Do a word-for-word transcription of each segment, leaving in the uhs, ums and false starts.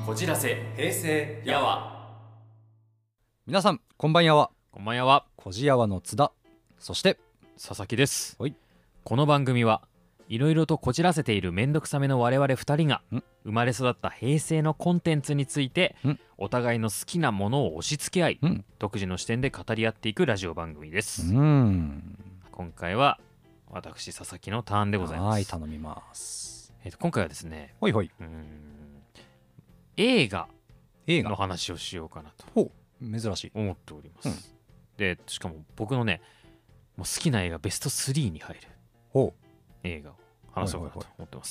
こじらせ平成やわ。 皆さんこんばんやわ。 こんばんやわ。 こじやわの津田、そして佐々木です。 はい。 この番組はいろいろとこじらせているめんどくさめの我々ふたりがん生まれ育った平成のコンテンツについてんお互いの好きなものを押し付け合いうん独自の視点で語り合っていくラジオ番組でうす。 ん今回は私佐々木のターンでございます。 はい、頼みます。 えーと今回はですね、 ほいほいうーん映画映画の話をしようかなとほう珍しい。 思っております、 うんでしかも僕のねもう好きな映画ベストスリーに入るほ映画を話そうかなと思ってます。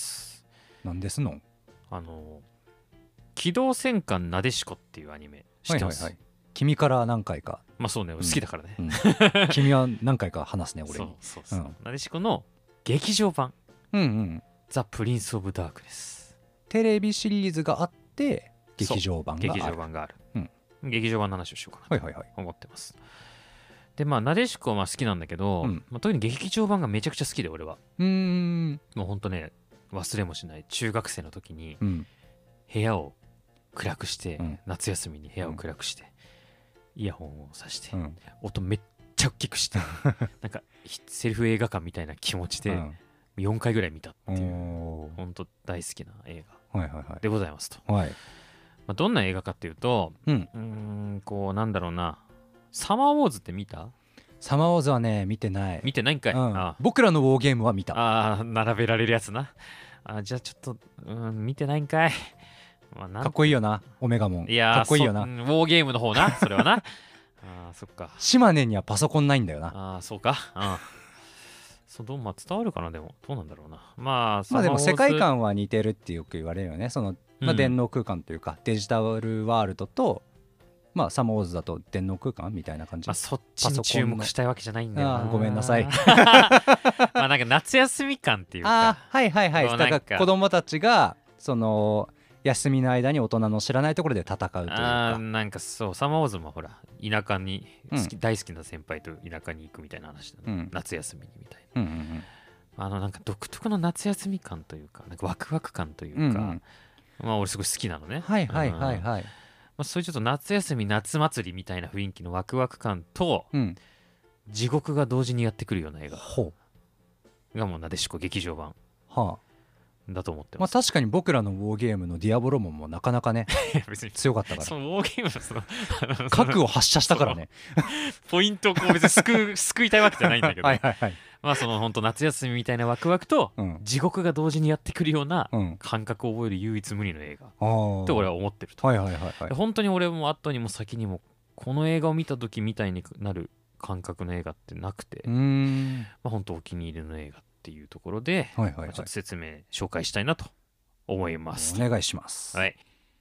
うなんですの。 あの機動戦艦なでしこっていうアニメ知ってます？ はいはいはい。君から何回か、 まあそうね、 ん俺好きだからね、 うん君は何回か話すね俺そうに。 そうそう、 うんなでしこの劇場版うんうんザ・プリンス・オブ・ダークネス。 テレビシリーズがあって劇場版がある。 劇場版がある、 うん劇場版の話をしようかなとはいはいはい。 思ってます。でまあなでしこはまあ好きなんだけど、 うんまあ、特に劇場版がめちゃくちゃ好きで俺はうーんもうほんとね忘れもしない。中学生の時にうん部屋を暗くして、 うん夏休みに部屋を暗くして、イヤホンをさして、 うん音めっちゃ大きくしてなんかひセリフ映画館みたいな気持ちでよんかいぐらい見たってうんいう、 おーほんと大好きな映はいはいはい画でございますと、 はい。 まあ、どんな映画かっていうとうんうーんこうなんだろうな、サマーウォーズって見た？ サマーウォーズはね見てない。 見てないんかい、 うんあ僕らのウォーゲームは見た。 あー並べられるやつな。あじゃあちょっと、うん、見てないんかい、まあ、なんかっこいいよなオメガモン。 いやーかっこいいよなそ。うんウォーゲームの方なそれはなあーそっか、 島根にはパソコンないんだよな。 ああそうか、うんそうどうまあ伝わるかな。でもどうなんだろうな。まあまあでも世サマーウォーズ界観は似てるってよく言われるよね。その、まあ、 うん電脳空間というか、デジタルワールドと、まあサマーウォーズだと電脳空間みたいな感じ。 まあそっちに注目したいわけじゃないんだよな。 あーごめんなさいまあなんか夏休み感っていうあか、 ーはいはいはい。だそうなんかから子供たちがその休みの間に大人の知らないところで戦うというか。 あーなんかそうサマーウォーズもほら田舎に好き、 う大好きな先輩と田舎に行くみたいな話だね、 うん夏休みにみたいうんうんうんな。あのなんか独特の夏休み感というかなんかワクワク感というか、 うんうんまあ俺すごい好きなのね。 はいはいはいうんはい。 まあ、そういうちょっと夏休み夏祭りみたいな雰囲気のワクワク感とうん。 地獄が同時にやってくるような映画ほがもうなでしこ劇場版う。はあ。 だと思ってまあます。 確かに僕らのウォーゲームのディアボロモンもなかなかねいや別に強かったから。 そのウォーゲームのそのあの核を発射したからね。 ポイントをこう別に救う救いたいわけじゃないんだけど、 はいはいはい。 まあその本当夏休みみたいなワクワクとうん地獄が同時にやってくるようなうん。 感覚を覚える唯一無二の映画ああ。 と俺は思ってると。 はいはいはいはいで。本当に俺も後にも先にもこの映画を見た時みたいになる感覚の映画ってなくて、 うーん。 まあ、本当お気に入りの映画っていうところで、 はいはいはいまあちょっと説明紹介したいなと思います。 お願いします。 はい。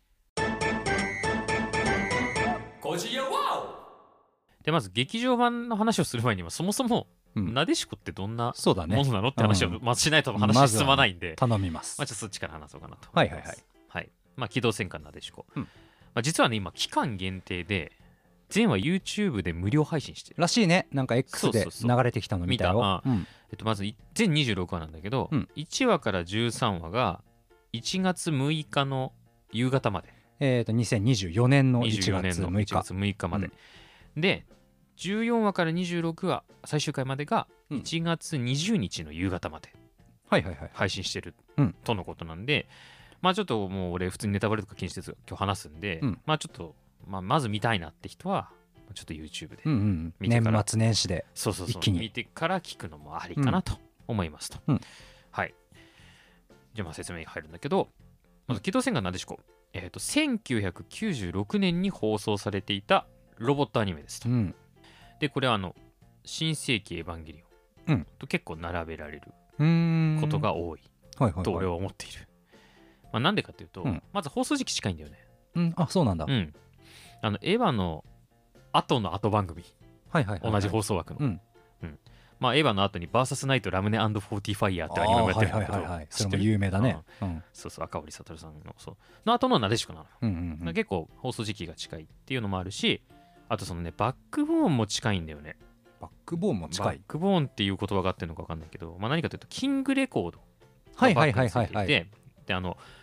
でまず劇場版の話をする前にはそもそもうんなでしこってどんなそうだねも。のなのって話をうんまずしないとま話ずは進まないんで、 頼みますまあ、。ちょっとそっちから話そうかなと思います。 はいはいはい。 はい。まあ、機動戦艦なでしこ。 うんまあ、実はね、今、期間限定で、全話 YouTube で無料配信してる。 らしいね。なんか X でそうそうそう流れてきたの見たよ。 見たうんえっと、まずい全にじゅうろくわなんだけど、 うんいちわからじゅうさんわがいちがつむいかの夕方まで。 えっとにせんにじゅうよねんの1 24 月年の 6 いちが日。 つむいかまで。で、じゅうよんわからにじゅうろくわ、最終回までがうんいちがつにじゅうにちの夕方まではいはいはい。 配信してるうんとのことなんで、まあちょっともう俺普通にネタバレとか気にして今日話すんで、 うんまあちょっと、まあ、まず見たいなって人はちょっと YouTube で、 うんうん。 見てから年末年始で。 そうそうそう一気に見てから聞くのもありかなと思いますと、 うんはい。じゃあまあ説明に入るんだけど、まず機動戦艦なでしこ、えっ、とせんきゅうひゃくきゅうじゅうろくねんに放送されていたロボットアニメですと。 うん。 でこれはあの新世紀エヴァンゲリオンうんと結構並べられるうーん。 ことが多いはいはいはい。 と俺は思っている。まあ、なんでかっていうと、 うんまず放送時期近いんだよね。 うん。あ、そうなんだ。はいうん。あのエヴァの後の後番組、 はいはいはい。 同じ放送枠の。 うん。 まあエヴァの後にバーサスナイトラムネフォーティファイヤーってアニメもやってるんだけど、 あーはいはいはいはい。それも知ってる？ 有名だね。うん。 そうそう、赤堀悟さんのそうの後のなでしこなのよ。 うんうんうん。 結構放送時期が近いっていうのもあるし、あとそのね、バックボーンも近いんだよね。 バックボーンも近い。 バックボーンっていう言葉があってるのか分かんないけど、まあ、何かというと、キングレコードはいはいがバックについていて、 はいはいはい。 で、あの、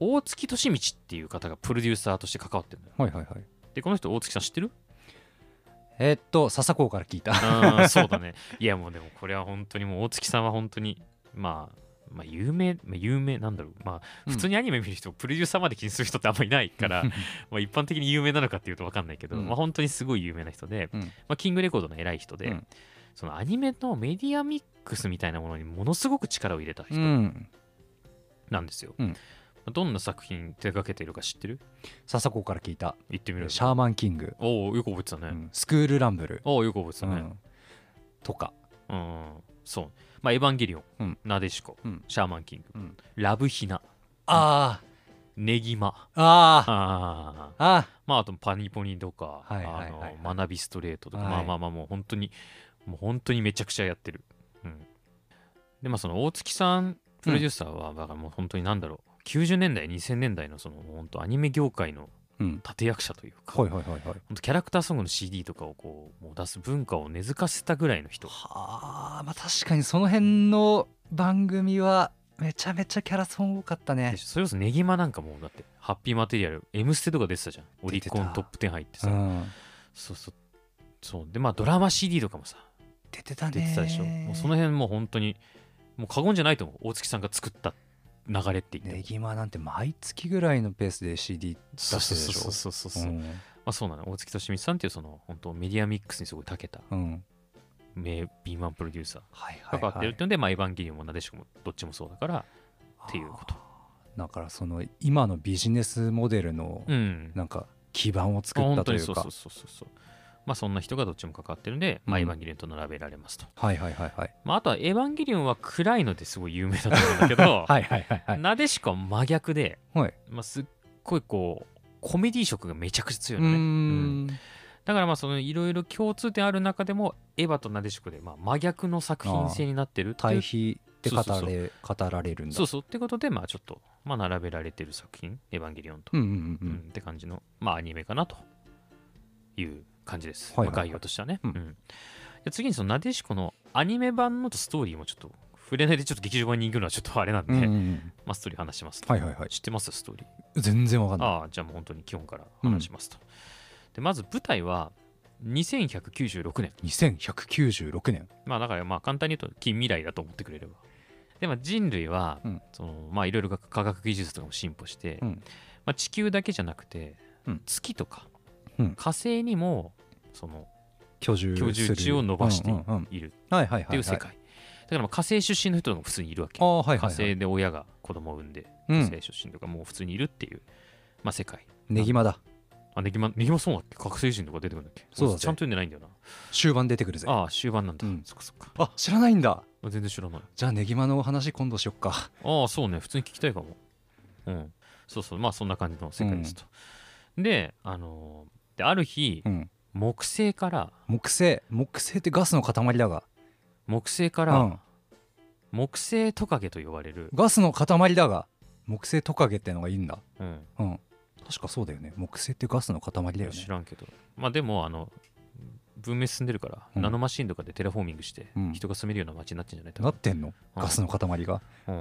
大月利道っていう方がプロデューサーとして関わってるのよ。 はいはいはい。 でこの人大月さん知ってる？ えーっと笹子から聞いた。 ああそうだね。いやもうでもこれは本当にもう大月さんは本当にまあまあ有名、まあ、有名なんだろう、まあ普通にアニメ見る人、うん、プロデューサーまで気にする人ってあんまりいないからまあ一般的に有名なのかっていうと分かんないけど、うん、まあ本当にすごい有名な人で、うん、まあ、キングレコードの偉い人で、うん、そのアニメのメディアミックスみたいなものにものすごく力を入れた人なんですよ、うん、どんな作品手掛けてるか知ってる？ 笹子から聞いた。 言ってみる。 シャーマンキング。 おおよく覚えてたね、うん、 スクールランブル。 おおよく覚えてたね、うん、 とか、 うん、そう、まあエヴァンゲリオン、うん、なでしこ、うん、シャーマンキング、うん、ラブヒナ、 ああ、 ネギマ、 あああ、まああとパニポニとか、はいはいはいはい、あの学びストレートとか、はい、まあまあまあもう本当にもう本当にめちゃくちゃやってる、うん、でまあその大月さんプロデューサーは、うん、だからもう本当になんだろうきゅうじゅうねんだいにせんねんだいのその本当アニメ業界の立役者というか、 うん、はいはいはいはい、 本当キャラクターソングの シーディー とかをこうもう出す文化を根付かせたぐらいの人。 はあ、まあ確かにその辺の番組はめちゃめちゃキャラソン多かったね。 それこそネギマなんかもだってハッピーマテリアル M ステとか出てたじゃん。オリコントップじゅう入ってさ、うん、そうそうそうでまあドラマ シーディー とかもさ出てたね。 出てたでしょ。もうその辺もう本当にもう過言じゃないと思う。大月さんが作った流れって言ってネギマなんて毎月ぐらいのペースで シーディー 出してるでしょ。 そうそうそうそう、うん、まあそうなの。大月利道さんっていうその本当メディアミックスにすごい長けた、うん、名ビーマンプロデューサー関わってるっていうので、まあエヴァンゲリオンもなでしこもどっちもそうだからっていうこと。 だからその今のビジネスモデルのなんか基盤を作ったというか、 そうそうそうそうそう、まあそんな人がどっちも関わってるんで、まあ、エヴァンゲリオンと並べられますと。 はいはいはいはい。 まあ、あとはエヴァンゲリオンは暗いのですごい有名だと思うんだけどはいはいはいはい。 なでしこは真逆で、 はい、 まあ、すっごいこうコメディ色がめちゃくちゃ強いのね。うん、だからまあそのいろいろ共通点ある中でもエヴァとなでしこでまあ真逆の作品性になってるっていう。 対比で語れそうそうそう語られるんだ。 そうそうってことでまあちょっとまあ並べられてる作品エヴァンゲリオンと、うんうんうんうん、って感じのまあアニメかなという感じです、はいはいはい、まあ、概要としてはね、うんうん、で次にそのなでしこのアニメ版のストーリーもちょっと触れないでちょっと劇場版に行くのはちょっとあれなんで、うんうんうん、まあ、ストーリー話しますと、 はいはいはい、 知ってますストーリー？ 全然わかんない。 ああじゃあもう本当に基本から話しますと、うん、でまず舞台はにせんひゃくきゅうじゅうろくねん。 にせんひゃくきゅうじゅうろくねん。 まあだからまあ簡単に言うと近未来だと思ってくれれば。でまあ人類は、うん、そのまあいろいろ科学技術とかも進歩して、うん、まあ、地球だけじゃなくて、うん、月とか、うん、火星にもその居住居住地を伸ばしているっていう世界。だからまあ火星出身の人が普通にいるわけ。 はいはいはい、 火星で親が子供を産んで、うん、火星出身とかもう普通にいるっていう、まあ、世界。 ネギマだ。 あ、ネギマ、ネギマそうだっけ？火星人とか出てくるんだっけ？ そうだ、 ちゃんと読んでないんだよな。 終盤出てくるぜ。 ああ、終盤なんだ。うん、そっかそっか。 あ、知らないんだ。 全然知らない。 じゃあネギマのお話今度しよっか。 ああ、そうね。普通に聞きたいかも。うん。そうそう。まあそんな感じの世界ですと。うん、で、あのー、である日、うん、木星から木星木星ってガスの塊だが木星から、うん、木星トカゲと呼ばれるガスの塊だが木星トカゲってのがいいんだ。うん、うん、確かそうだよね。木星ってガスの塊だよね。 知らんけど、まあでもあの文明進んでるから、うん、ナノマシンとかでテラフォーミングして、うん、人が住めるような街になってんじゃないかなってんの、うん、ガスの塊が、うん、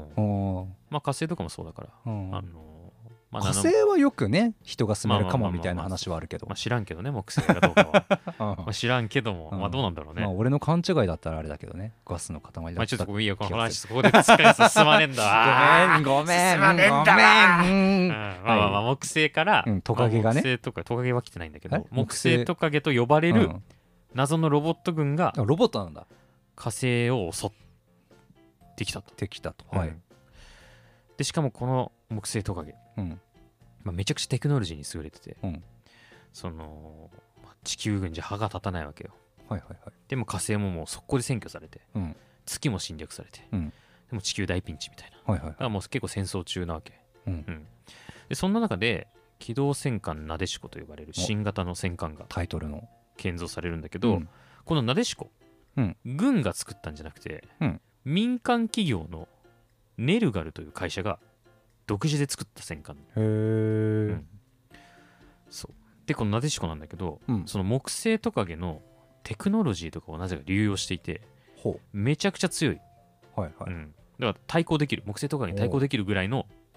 まあ火星とかもそうだから、うん、あのまあ、火星はよくね人が住めるかもみたいな話はあるけど、 まあ知らんけどね木星かどうかはまあ知らんけども、まあどうなんだろうね。 まあ俺の勘違いだったらあれだけどね、ガスの塊だったら。 まあちょっとごめんよこの話ここで使い進まねえんだごめんごめん進まねえんだまあまあまあ木星からトカゲがね、 木星とかトカゲは来てないんだけど木星トカゲと呼ばれる謎のロボット軍がロボットなんだ火星を襲ってきたと。 できたと、はい。 でしかもこの木星トカゲ、うんまあ、めちゃくちゃテクノロジーに優れてて、うん、その地球軍じゃ歯が立たないわけよ。 はいはいはい。 でも火星ももう速攻で占拠されて、うん、月も侵略されて、うん、でも地球大ピンチみたいな、はいはいはい、だからもう結構戦争中なわけ、うんうん、でそんな中で機動戦艦なでしこと呼ばれる新型の戦艦がタイトルの建造されるんだけど、うん、このなでしこ、うん、軍が作ったんじゃなくて、うん、民間企業のネルガルという会社が独自で作った戦艦。へー、うん、そうでこのなでしこなんだけど、うん、その木星トカゲのテクノロジーとかをなぜか流用していてめちゃくちゃ強い、はいはい、うん、だから対抗できる木星トカゲに対抗できるぐらいの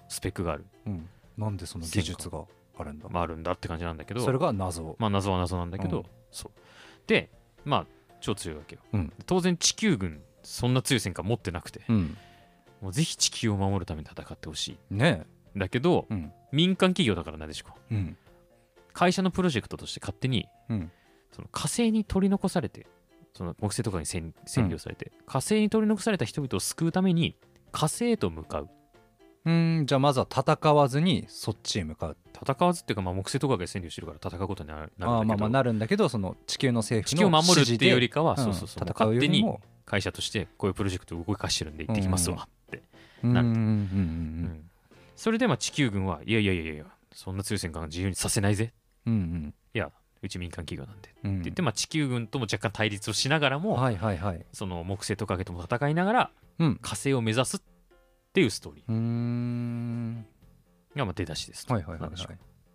スペックがある、 うん、なんでその技術があるんだ、 まあ、あるんだって感じなんだけど、 それが謎、 まあ謎は謎なんだけど、うん、そうでまあ超強いわけよ、うん、当然地球軍そんな強い戦艦持ってなくて、うん、もうぜひ地球を守るために戦ってほしいねえだけど、うん、民間企業だからなでしこ、うん、会社のプロジェクトとして勝手に、うん、その火星に取り残されてその木星とかに占領されて、うん、火星に取り残された人々を救うために火星へと向かう。 うーんじゃあまずは戦わずにそっちへ向かう。 戦わずっていうか、まあ、木星とかが占領してるから戦うことになるんだけど、 あまあまあなるんだけど、その地球の政府の地球を守るっていうよりかは、 うん、 そうそうそう戦うよりも勝手に会社としてこういうプロジェクトを動かしてるんで行ってきますわってなる。それでまあ地球軍はいやいやいやいやそんな強い戦艦自由にさせないぜ、うんうん、いやうち民間企業なんで、うん、って言って、まあ、地球軍とも若干対立をしながらも、はいはいはい、その木星トカゲとも戦いながら、うん、火星を目指すっていうストーリー、うーんがまあ出だしですと、はいはいはいはい、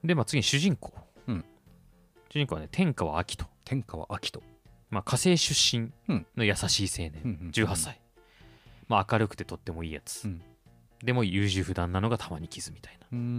で、まあ、次に主人公、うん、主人公はね天川明人天川明人、 まあ、火星出身の優しい青年、うん、じゅうはっさい、まあ、明るくてとってもいいやつ、うん、でも優柔不断なのがたまに傷みたいな、うんうんうん、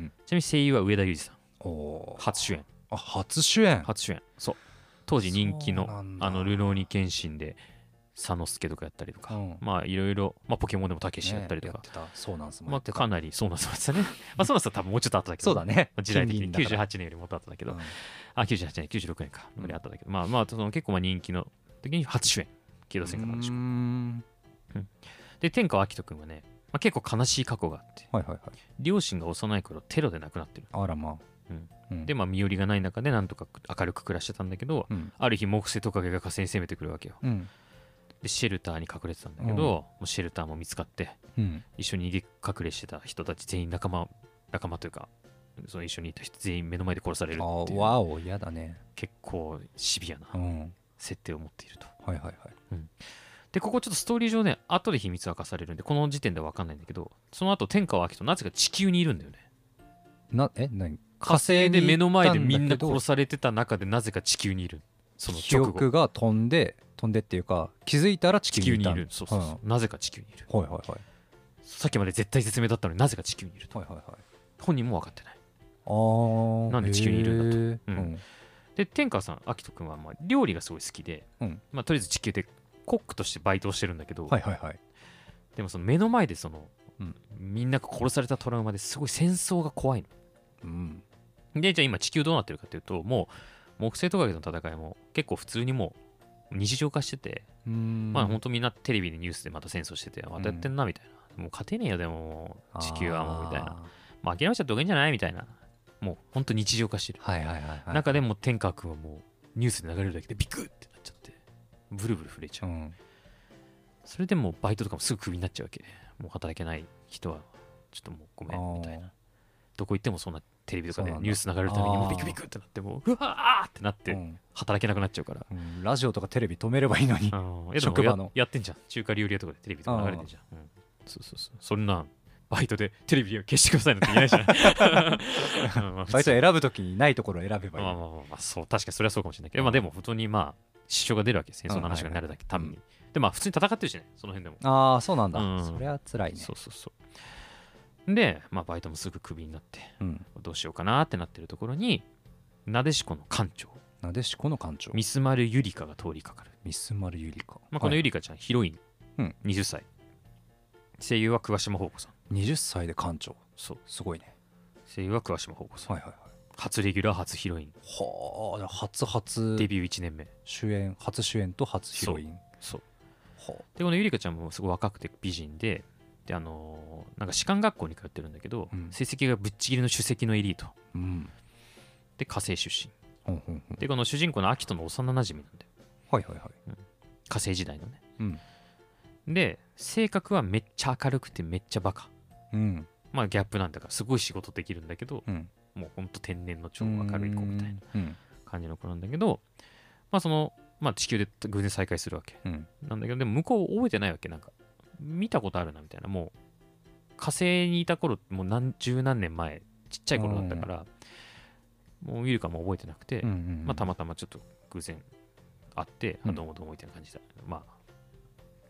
ちなみに声優は上田裕二さん、お初主演。 あ初主演初主演そう当時人気のあのルローニケンシンで佐之助とかやったりとか、うん、まあいろいろ、まあ、ポケモンでもたけしやったりとか、ね、やってたそうなんすもまあ、かなりそうなんすもですねまあそうなんすは多分もうちょっと後だけどそうだね時代的にきゅうじゅうはちねんよりもっと後だけど、うん、あきゅうじゅうはちねんきゅうじゅうろくねんかよりあったんだけど、うん、まあまあその結構まあ人気の時に初主演機動戦艦なんでしょう、うんで天川明人君はね、まあ、結構悲しい過去があって、はいはいはい、両親が幼い頃テロで亡くなってる。 あらまあうんうん、でまあ身寄りがない中でなんとか明るく暮らしてたんだけど、うん、ある日木星トカゲが火星に攻めてくるわけよ、うん、でシェルターに隠れてたんだけど、うん、もうシェルターも見つかって、うん、一緒に逃げ隠れしてた人たち全員仲間仲間というかその一緒にいた人全員目の前で殺されるっていう。 わお嫌だね。 結構シビアな設定を持っていると、 うん、はいはいはい、 うん、でここちょっとストーリー上ね後で秘密明かされるんでこの時点では分かんないんだけど、その後天川明人なぜか地球にいるんだよね。 なえ何火星で目の前でみんな殺されてた中でなぜか地球にいる。その記憶が飛んで飛んでっていうか気づいたら地球にいた。 地球にいる。そうそうそう、うん、なぜか地球にいる。 はいはいはい。 さっきまで絶対絶命だったのになぜか地球にいると、はいはいはい、本人も分かってない。あなんで地球にいるんだと、うん、で天川さん明人君はまあ料理がすごい好きで、うんまあ、とりあえず地球でコックとしてバイトをしてるんだけど、はいはいはい、でもその目の前でその、うん、みんなが殺されたトラウマですごい戦争が怖いの、うん、でじゃあ今地球どうなってるかっていうともう木星トカゲの戦いも結構普通にもう日常化してて、まあ本当みんなテレビでニュースでまた戦争しててまたやってんなみたいな、うん、もう勝てねえよでも地球はもうみたいな、まあ諦めちゃった方がいいんじゃないみたいな、もう本当日常化してる、はいはいはいはい、中でも天川君はもうニュースで流れるだけでビクッってなっちゃってブルブル震えちゃう、うん、それでもうバイトとかもすぐクビになっちゃうわけ。もう働けない人はちょっともうごめんみたいな、どこ行ってもそんなテレビとかでニュース流れるためにもうビクビクってなってもううわーってなって働けなくなっちゃうから、 うん、ラジオとかテレビ止めればいいのに職場の や, やってんじゃん中華料理屋とかでテレビとか流れてんじゃん、うん、そうそうそうそんなバイトでテレビ消してくださいなんて言えないじゃんバイト選ぶときにないところを選べばいい。 まあまあまあそう確かにそれはそうかもしれないけど、まあでも本当にまあ支障が出るわけ戦争の話がなるだけために、でまあ普通に戦ってるしねその辺でも。 ああそうなんだ、うん、それは辛いね。 そうそうそうでまあバイトもすぐクビになって、うん、どうしようかなってなってるところになでしこの艦長なでしこの艦長ミスマルユリカが通りかかる。 ミスマルユリカ、 まあ、このユリカちゃん、はい、ヒロイン、うん、はたち声優は桑島宝子さん。 はたちで艦長、そうすごいね。 声優は桑島宝子さん、はいはいはい、初レギュラー初ヒロイン。 はあ初初デビューいちねんめ主演初主演と初ヒロイン。 そうそうでこのゆりかちゃんもすごい若くて美人でであのー、なんか士官学校に通ってるんだけど、うん、成績がぶっちぎりの首席のエリート、うん、で火星出身、うんうんうん、でこの主人公のアキトの幼なじみなんだよ。はいはいはい、うん、火星時代のね、うん、で性格はめっちゃ明るくてめっちゃバカ、うん、まあギャップなんだからすごい仕事できるんだけど、うん、もうほんと天然の超明るい子みたいな感じの子なんだけど、まあそのまあ地球で偶然再会するわけ、うん、なんだけどでも向こう覚えてないわけ。なんか見たことあるなみたいな、もう火星にいた頃もう何十何年前ちっちゃい頃だったから、うん、もう見るかも覚えてなくて、うんうんうん、まあたまたまちょっと偶然会って、うん、どうもどうもみたいな感じで、まあ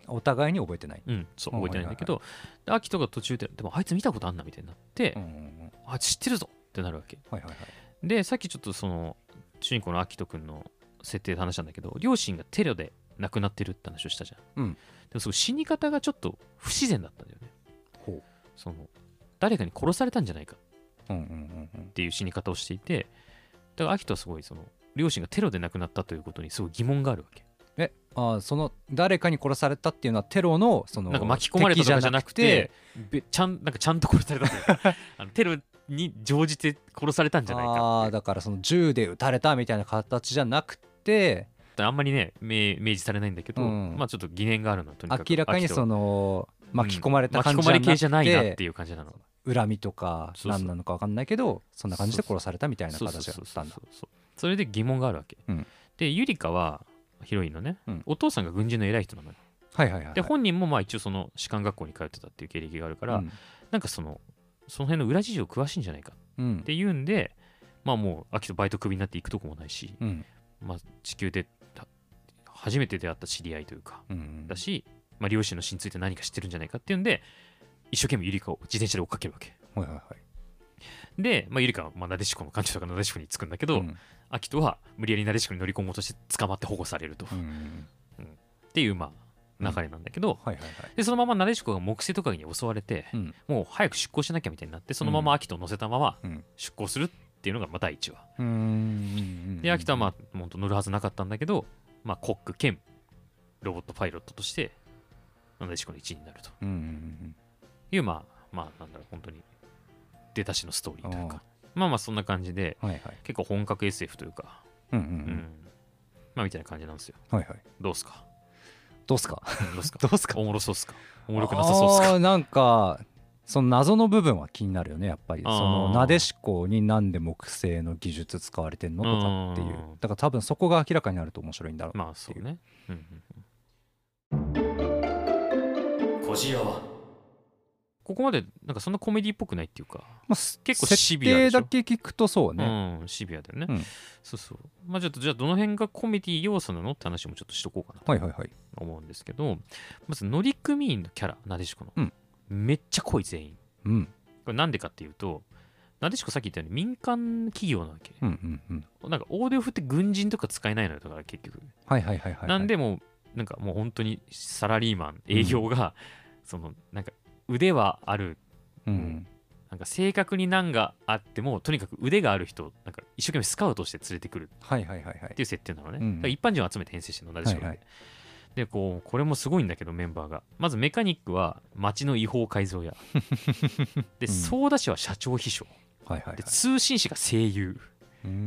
お互いに覚えてない。 うんそう覚えてないんだけど、でアキトが途中ででもあいつ見たことあんなみたいになって、 うんうんうん、 あ知ってるぞってなるわけ、 はいはいはい、 でさっきちょっとその主人公のアキト君の設定で話したんだけど、両親がテロで亡くなってるって話をしたじゃん、うん、でもその死に方がちょっと不自然だったんだよね。ほう、その誰かに殺されたんじゃないかっていう死に方をしていて、だからアキトはすごいその両親がテロで亡くなったということにすごい疑問があるわけ。 えあその誰かに殺されたっていうのはテロのそのなんか巻き込まれたとかじゃなくて、ちゃんなんかちゃんと殺されたというかあのテロに乗じて殺されたんじゃないかって。 あだからその銃で撃たれたみたいな形じゃなくて、 あんまりね明示されないんだけど、うん、まあちょっと疑念があるのはとにかく明らかにその巻き込まれた感じじゃなくて、うん、巻き込まれ系じゃないなっていう感じなの。 恨みとか何なのか分かんないけど、そんな感じで殺されたみたいな形だったんだ。 それで疑問があるわけ、うん、でゆりかはヒロインのね、うん、お父さんが軍人の偉い人なのよ。はいはいはい、はい、で本人もまあ一応その士官学校に通ってたっていう経歴があるから、うん、なんかそのその辺の裏事情詳しいんじゃないかっていうんで、うん、まあもう秋とバイトクビになって行くとこもないし、うん、まあ地球で初めて出会った知り合いというか、うんうん、だし、まあ、両親の死について何か知ってるんじゃないかっていうんで一生懸命ゆりかを自転車で追っかけるわけ。はいはいはい、で、まあ、ゆりかはまあなでしこの館長とかなでしこに着くんだけど、うんアキトは無理やりなでしこに乗り込もうとして捕まって保護されると、うんうん、っていうまあ流れなんだけど、うんはいはいはい、でそのままなでしこが木星トカゲに襲われて、うん、もう早く出港しなきゃみたいになって、そのままアキトを乗せたまま出港するっていうのがまあだいいちわ、うん、でアキトはまあ本当乗るはずなかったんだけど、まあ、コック兼ロボットパイロットとしてなでしこの一員になると、うん、いうまあまあなんだろう本当に出だしのストーリーというか、まあまあそんな感じで、はいはい、結構本格 エスエフ というか、うんうんうんうん、まあみたいな感じなんですよ。はいはい、どうすかどうすかどうすかどうすかおもろそうっすかおもろくなさそうっすか。 なんかその謎の部分は気になるよねやっぱり。そのなでしこになんで木星の技術使われてんのとかっていう、だから多分そこが明らかになると面白いんだろう。 まあそうね。うんうんうん。こじやはここまでなんかそんなコメディっぽくないっていうか、まあ、結構シビアでしょ。 設定だけ聞くとそうね、 うん、シビアだよね、うん、そうそう。まあちょっとじゃあどの辺がコメディ要素なのって話もちょっとしとこうかなと思うんですけど、はいはいはい、まず乗組員のキャラなでしこの、うん、めっちゃ濃い全員、うん、これなんでかっていうとなでしこさっき言ったように民間企業なわけ、うんうんうん、なんかオーディオ振って軍人とか使えないのよだから結局、はいはいはいはい、はい、なんでもなんかもう本当にサラリーマン営業が、うん、そのなんか腕はある、うん、なんか正確に難があってもとにかく腕がある人なんか一生懸命スカウトして連れてくるっていう設定なのね、はいはいはいはい、一般人を集めて編成してるのなでしこで、はいはい、でこうこれもすごいんだけどメンバーがまずメカニックは町の違法改造屋で操舵士は社長秘書、はいはいはい、で通信士が声優うーん、うん、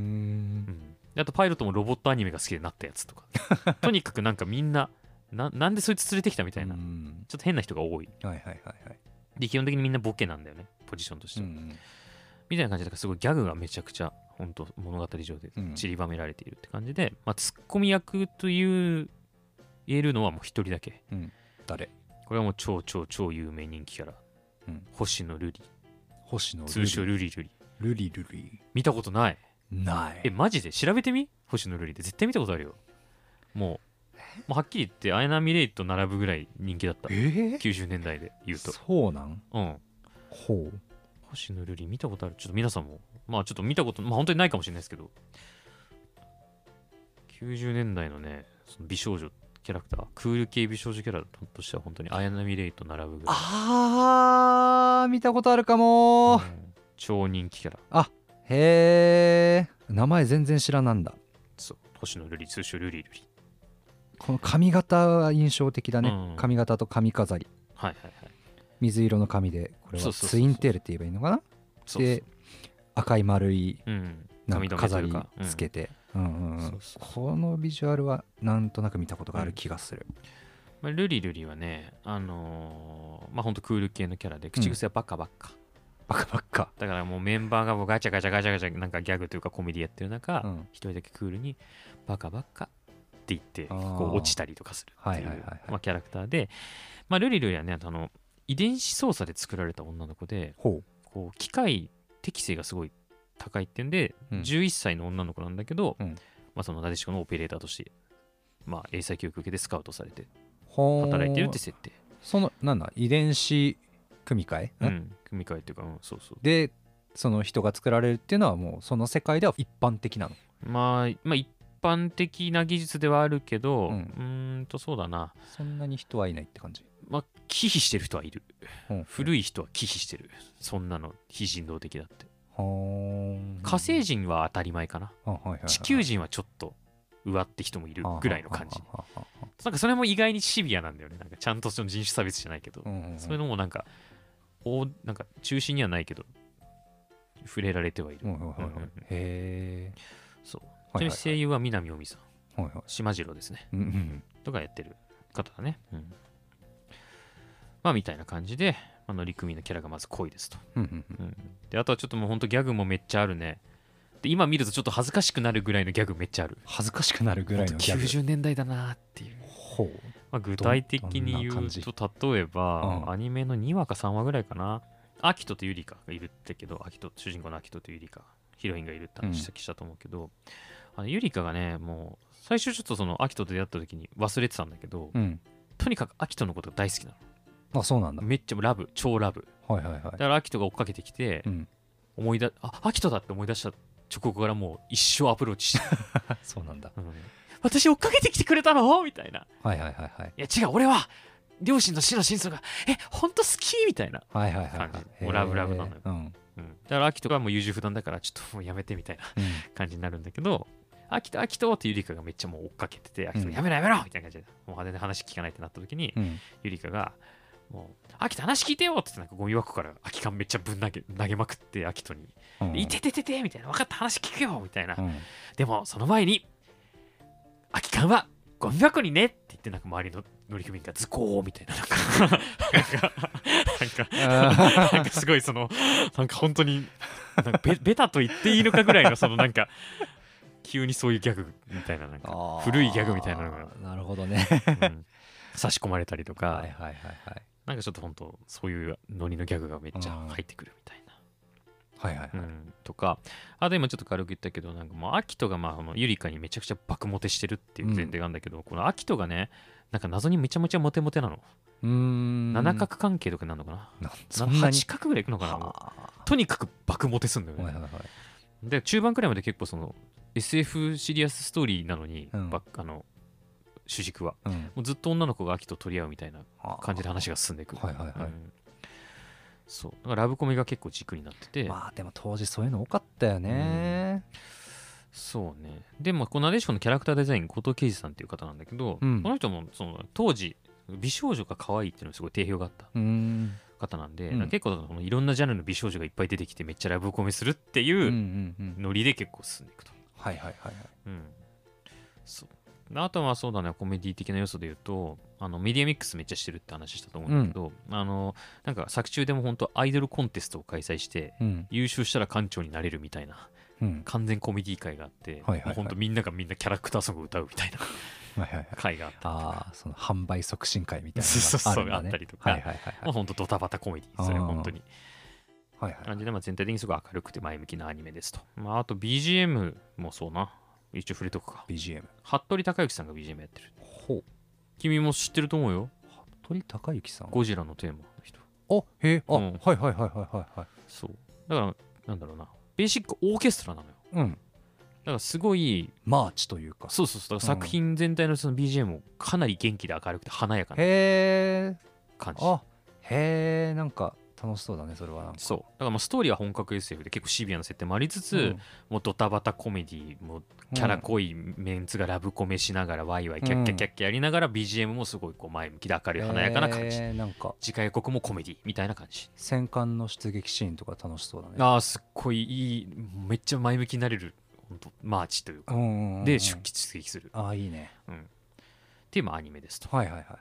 であとパイロットもロボットアニメが好きでなったやつとかとにかくなんかみんなな, なんでそいつ連れてきたみたいなちょっと変な人が多い、はいはいはいはい、で基本的にみんなボケなんだよねポジションとしては、うんうん、みたいな感じだからすごいギャグがめちゃくちゃ本当物語上で散りばめられているって感じで、うん、まあ、ツッコミ役という言えるのはもう一人だけ、うん、誰これはもう超超超有名人気キャラ、うん、星野瑠璃星野瑠璃通称ルリルリルリルリ見たことないないえマジで調べてみ星野瑠璃って絶対見たことあるよ。もうもうはっきり言ってアイナ・ミレイと並ぶぐらい人気だった、えー、きゅうじゅうねんだいで言うと。そうなんうんほう星野瑠璃見たことある。ちょっと皆さんもまあちょっと見たことまあ本当にないかもしれないですけどきゅうじゅうねんだいのねその美少女キャラクタークール系美少女キャラとしては本当にアイナ・ミレイと並ぶぐらい。あー見たことあるかも、うん、超人気キャラ。あへえ名前全然知らなんだ。そう星野瑠璃通称ルリルリ。この髪型は印象的だね、うん、髪型と髪飾り、はいはいはい、水色の髪でこれはツインテールって言えばいいのかな。そうそうで赤い丸いなんか飾りつけて、このビジュアルはなんとなく見たことがある気がする、うんまあ、ルリルリはねあのー、まあほんとクール系のキャラで口癖はバカばっか、うん、バカばっかだからもうメンバーがもうガチャガチャガチャガチャなんかギャグというかコメディやってる中一、うん、人だけクールにバカばっかって言ってこう落ちたりとかするっていうまあキャラクターで、まあ、ルリルリはねあの遺伝子操作で作られた女の子でこう機械適性がすごい高いってんで、うん、じゅういっさいの女の子なんだけど、うんまあ、そのなでしこのオペレーターとして、まあ、英才教育受けてスカウトされて働いてるって設定。 そのなんだ遺伝子組み換え、 うん、組み換えっていうか、うん、そうそう。 でその人が作られるっていうのはもうその世界では一般的なの？ まあ、まあ一般的な技術ではあるけど、ううんーんとそうだな。 そんなに人はいないって感じ？ まあ忌避してる人はいる。 うん古い人は忌避してる。そんなの非人道的だって。 はー火星人は当たり前かな。 あはいはいはい地球人はちょっと上って人もいるぐらいの感じ。 はあはあはあはあなんかそれも意外にシビアなんだよね。なんかちゃんとその人種差別じゃないけど、 うんうんうんそういうのもなんか、おなんか中心にはないけど、触れられてはいる。 うんうんうんうんうんうんうんへえそう。 はいはいはいちなみに声優は南尾美さん、 はいはい島次郎ですね。 うんうんとかやってる方だね。うん。まあみたいな感じで、まあ、乗組のキャラがまず濃いですと。 うんうんうんうん、で、あとはちょっともうほんとギャグもめっちゃあるね。で、今見るとちょっと恥ずかしくなるぐらいのギャグめっちゃある。 恥ずかしくなるぐらいのギャグきゅうじゅうねんだいだなっていう。 ほうまあ、具体的に言うどんな感じと、例えば、 うんアニメのにわかさんわぐらいかな。アキトとユリカがいるってけど、アキト主人公のアキトとユリカ、ヒロインがいるって話したと思うけど、あのユリカがね、もう最初ちょっとそのアキトと出会った時に忘れてたんだけど、 うんとにかくアキトのことが大好きなあそうなんだの。めっちゃラブ、超ラブ。 はいはいはいだからアキトが追っかけてきて、 うん思い出、あ、アキトだって思い出した直後からもう一生アプローチして、 そうなんだうん私追っかけてきてくれたのみたいな。 はいはいはいはいいや違う、俺は両親の死の真相が、え、ほんと好きみたいな。 はいはいはい感じはいもうラブラブなのよへーうんうん、だからアキトがもう優柔不断だからちょっともうやめてみたいなうん感じになるんだけど、アキトアキトってユリカがめっちゃもう追っかけてて、アキトうんがやめろやめろみたいな感じで、もう全然話聞かないってなった時に、 うんユリカが、もう、アキト話聞いてよって言ってなんかゴミ箱から空き缶めっちゃぶん投げ投げまくってアキトに、 うんいててててみたいな、分かった話聞くよみたいな。 うんでもその前に、空き缶はゴミ箱にねって言ってなんか周りの乗組員がズコーみたいな、なんか、なんか、なんか、なんかすごいその、なんか本当に、なんかベベタと言っていいのかぐらいのそのなんか、急にそういうギャグみたいな、なんかあー古いギャグみたいなのが、 なるほどねうん差し込まれたりとか、 はいはいはいはいなんかちょっと本当そういうノリのギャグがめっちゃ入ってくるみたいな。 はいはいはいうん、とか、あと今ちょっと軽く言ったけど、なんかもうアキトがまああのユリカにめちゃくちゃ爆モテしてるっていう前提があるんだけど、このアキトがね、なんか謎にめちゃめちゃモテモテなの。 うーん七角関係とかになるのかな、 なそんなにはち角ぐらいいくのかな。 はとにかく爆モテすんだよね。 あはいはいはいで、中盤くらいまで結構その エスエフ シリアスストーリーなのに、 うんばっあの主軸は。 うんもうずっと女の子がアキト取り合うみたいなあ感じで話が進んでいく。 はいはいはいうんそう。だからラブコメが結構軸になってて、 まあでも当時そういうの多かったよねそうね。でも、このなでしこのキャラクターデザイン、後藤圭司さんっていう方なんだけど、 うんこの人もその当時、美少女が可愛いっていうのにすごい定評があったうーん方なんで、 うん結構そのいろんなジャンルの美少女がいっぱい出てきて、めっちゃラブコメするっていうんううんうんノリで結構進んでいくと。 はいはいはいはいうん。そう。あとはそうだね、コメディ的な要素で言うと、あのメディアミックスめっちゃしてるって話したと思うんだけど、あの、なんか作中でも本当アイドルコンテストを開催して、 うん優勝したら館長になれるみたいなうん完全コメディ会があって、 はいはいはい本当みんながみんなキャラクターソングを歌うみたいなはいはいはい会があったりとか、 ああその販売促進会みたいなそうそうそうのがあるんだねあったりとかはいはいはいはいもう本当ドタバタコメディそれあー本当にはいはい感じで、まあ、全体的にすごい明るくて前向きなアニメですと、まあ、あと ビージーエム もそうな一応触れとくかビージーエム服部孝之さんが ビージーエム やってるほう君も知ってると思うよ服部孝之さんゴジラのテーマの人あへえあ、 うんはいはいはいはいはいはいそうだからなんだろうなベーシックオーケストラなのようんだからすごいマーチというかそうそうそうだから作品全体のその ビージーエム もかなり元気で明るくて華やかなへえ感じあへえなんか楽しそうだねそれはなんかそうだからまあストーリーは本格 エスエフ で結構シビアな設定もありつつ、 うんもうドタバタコメディもうキャラ濃いメンツがラブコメしながらワイワイキャッキャッキャッキャやりながら ビージーエム もすごいこう前向きで明るい華やかな感じ、 へーなんか次回予告もコメディみたいな感じ戦艦の出撃シーンとか楽しそうだねああすっごいいいめっちゃ前向きになれる本当マーチというか、 うんうんうんうんで出出撃する、 ああいいねうん、っていうまあアニメですとはいはいはい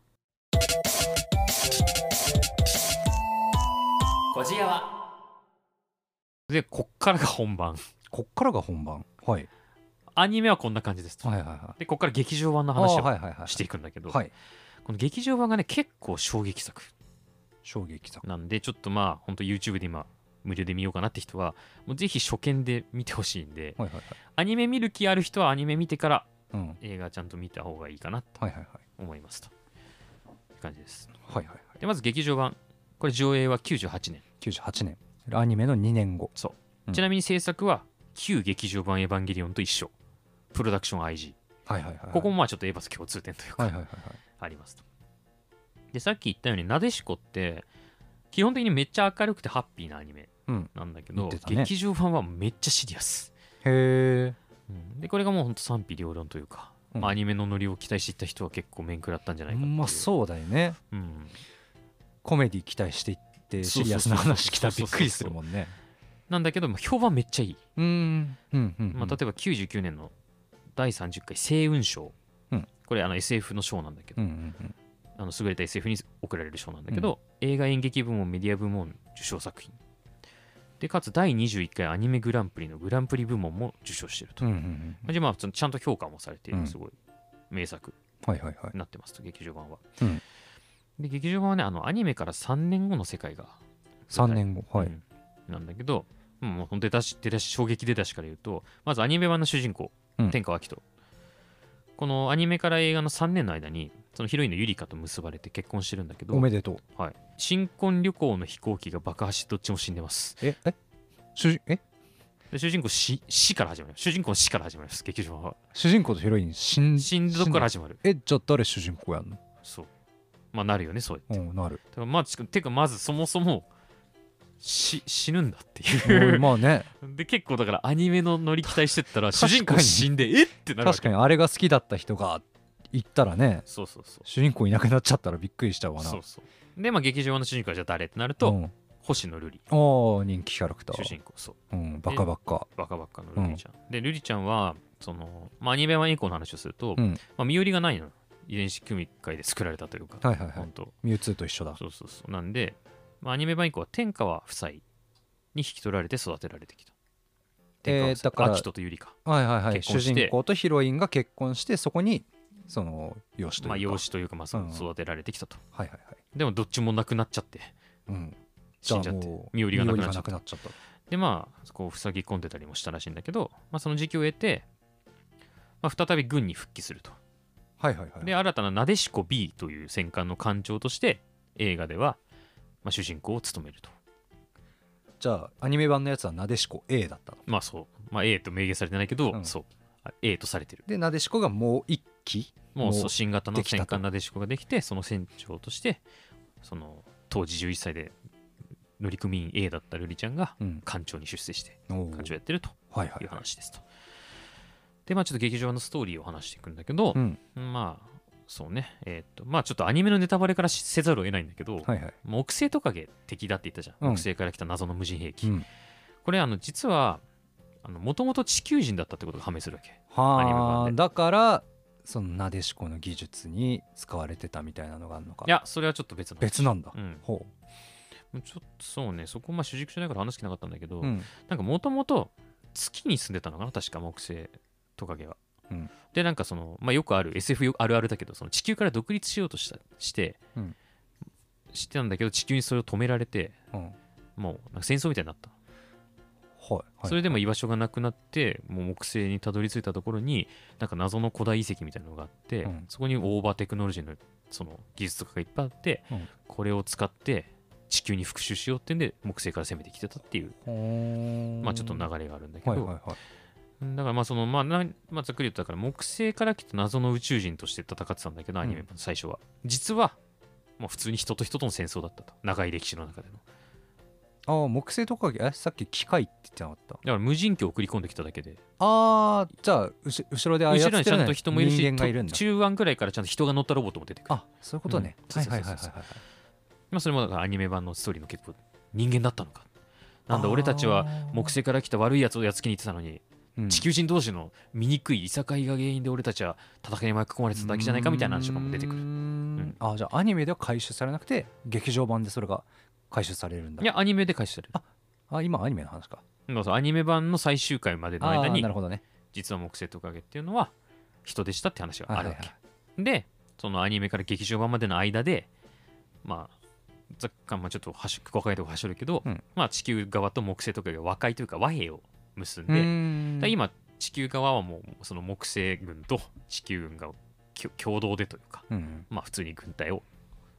こじやはでこっからが本番こっからが本番はいアニメはこんな感じですと、 はいはいはいでこっから劇場版のあ話をーはいはいはいしていくんだけど、 はいこの劇場版がね結構衝撃作衝撃作なんでちょっとまあ本当 YouTube で今無料で見ようかなって人はもうぜひ初見で見てほしいんで、 はいはいはいアニメ見る気ある人はアニメ見てからうん映画ちゃんと見た方がいいかなとはいはいはい思いますと感じです。 はいはいはい。 でまず劇場版、これ上映はきゅうじゅうはちねん。 きゅうじゅうはちねん。アニメのにねんご。 そう、 うんちなみに制作は旧劇場版エヴァンゲリオンと一緒。プロダクション アイジー。 はいはいはいはい。 ここもまあちょっとエヴァス共通点というか、 はいはいはいはい。 ありますと。でさっき言ったようになでしこって基本的にめっちゃ明るくてハッピーなアニメうん。 なんだけど、 言ってたね劇場版はめっちゃシリアス、 へえ。 うんでこれがもうほんと賛否両論というか、 うんまあ、アニメのノリを期待していった人は結構面食らったんじゃないかっていう。 まあそうだよね。 うん、 コメディ期待していってシリアスな話来たらびっくりするもんね。 なんだけど、まあ、評判めっちゃいい、 うーん。うんうんうん。 まあ、例えばきゅうじゅうきゅうねんのだいさんじゅっかい星雲賞、 うんこれあの エスエフ の賞なんだけど、 うんうんうん。 あの優れた エスエフ に贈られる賞なんだけど、映画演劇部門メディア部門受賞作品で、かつだいにじゅういっかいアニメグランプリのグランプリ部門も受賞していると、 うんうんうん。 まあじゃあまあちゃんと評価もされていうんるすごい名作はいはいはい。 になってますと、劇場版は。 うんで劇場版はね、あのアニメからさんねんごの世界がさんねんご。はい。 うんなんだけど、うんもうほんと出だし出だし衝撃出だしから言うと、まずアニメ版の主人公、 うん天川明人、このアニメから映画のさんねんの間にそのヒロインのゆりかと結ばれて結婚してるんだけど、 おめでとう。 はい、新婚旅行の飛行機が爆破してどっちも死んでます。 ええ主人えで主人公死死から始まる。主人公の死から始まります、劇場版は。 主人公とヒロイン死ん死んだとこから始まる。 えじゃあ誰主人公やんの？ そう。まあなるよね、そうやって。 うんなる。 だからまあ、ちてかまずそもそも死死ぬんだってういう。 んまあね。 で、結構だからアニメの乗り期待してったら、主確かに人公死んで、えってなるわけ。 確かにあれが好きだった人が行ったらね、 そうそうそう。 主人公いなくなっちゃったらびっくりしちゃうわな。 そうそう。で、まあ劇場版の主人公はじゃあ誰ってなると、 うん、 星野瑠璃。 おー人気キャラクター。 主人公、そう。 うん、バカバカ。 バカバカの瑠璃ちゃん。で、瑠璃ちゃんは、その、まあアニメ版以降の話をすると、 うん、 まあ身寄りがないの。遺伝子組み換えで作られたというか、 はいはいはい本当ミュウツーと一緒だ。 そうそうそう。なんで、まあ、アニメ版以降は天川夫妻に引き取られて育てられてきた。天川夫妻だからアキトとユリカ。 はいはいはい。主結婚して人公とヒロインが結婚してそこにその養子というか、 まあ養子というか、まあそうんの育てられてきたと。 はいはいはい。 でもどっちも亡くなっちゃって、 うん、 死んじゃってもう身寄りがなくなっちゃった身寄りがなくなっちゃった。 でまあこう塞ぎ込んでたりもしたらしいんだけど、まあ、その時期を得て、まあ、再び軍に復帰すると。 はいはいはい。 で新たななでしこ B という戦艦の艦長として映画では、まあ、主人公を務めると。 じゃあアニメ版のやつはなでしこ A だったの。 まあそう、まあ、A と明言されてないけど、 うんそうあ A とされてる。 でなでしこがもう一機もうそうもう新型のできたと戦艦なでしこができて、その船長としてその当時じゅういっさいで乗組員 A だった瑠璃ちゃんがうん艦長に出世しておー艦長やってるというはいはいはい。 話ですと。でまあちょっと劇場のストーリーを話していくんだけど、 うんまあそうねえーっとまあちょっとアニメのネタバレからせざるを得ないんだけど、 はいはい。 木星トカゲ敵だって言ったじゃん、 うん木星から来た謎の無人兵器、 うんこれあの実はもともと地球人だったってことが判明するわけ。アニメ版ではあだからそのなでしこの技術に使われてたみたいなのがあるのか。 いやそれはちょっと別の話別なんだ。 うんほちょっとそうね、そこまあ主軸じゃないから話す気なかったんだけど、 う。うんなんかもともと月に住んでたのかな、確か木星トカゲは。 うんで、なんかその、まあ、よくある エスエフ あるあるだけど、その地球から独立しようとしたして、 うんしてたんだけど、地球にそれを止められて、 うんもうなんか戦争みたいになった。 はいはい。 それでも居場所がなくなって、もう木星にたどり着いたところに、なんか謎の古代遺跡みたいなのがあって、 うんそそこにオーバーテクノロジーのその技術とかがいっぱいあって、 うんこれを使って地球に復讐しようってんで、木星から攻めてきてたっていう、 ほーまあちょっと流れがあるんだけど、 はいはいはい。 だからまあそのまあな、まあ、ざっくり言ったから木星から来た謎の宇宙人として戦ってたんだけど、アニメ版最初は実はもう普通に人と人との戦争だったと、長い歴史の中での。 ああ木星とかえさっき機械って言ってなかった。 だから無人機を送り込んできただけで、 ああじゃあうし後ろで操ってる後ろにちゃんと人もいるし、 人間がいるんだ。 中盤くらいからちゃんと人が乗ったロボットも出てくる。 あそういうことね。 うんはいはいはいはいそうそうそうはい。 まあそれもだからアニメ版のストーリーの結構人間だったのか、なんだ俺たちはあー木星から来た悪いやつをやっつけに行ってたのに、 うん地球人同士の醜いいさかいが原因で俺たちは戦いに巻き込まれてただけじゃないかみたいな話とかも出てくる。 うーんあじゃあアニメでは回収されなくて劇場版でそれが回収されるんだ。 いやアニメで回収される。 あ今アニメの話か。 そうそうアニメ版の最終回までの間あーになるほどね。 実は木星トカゲっていうのは人でしたって話があるわけ、 はいはいでそのアニメから劇場版までの間でまあざっかまあちょっとはし細かいとこはしょるけど、 うんまあ地球側と木星トカゲが和解というか和平を結んうで、 ーんだ今地球側はもうその木星軍と地球軍がきょ共同でというか、 うんまあ普通に軍隊を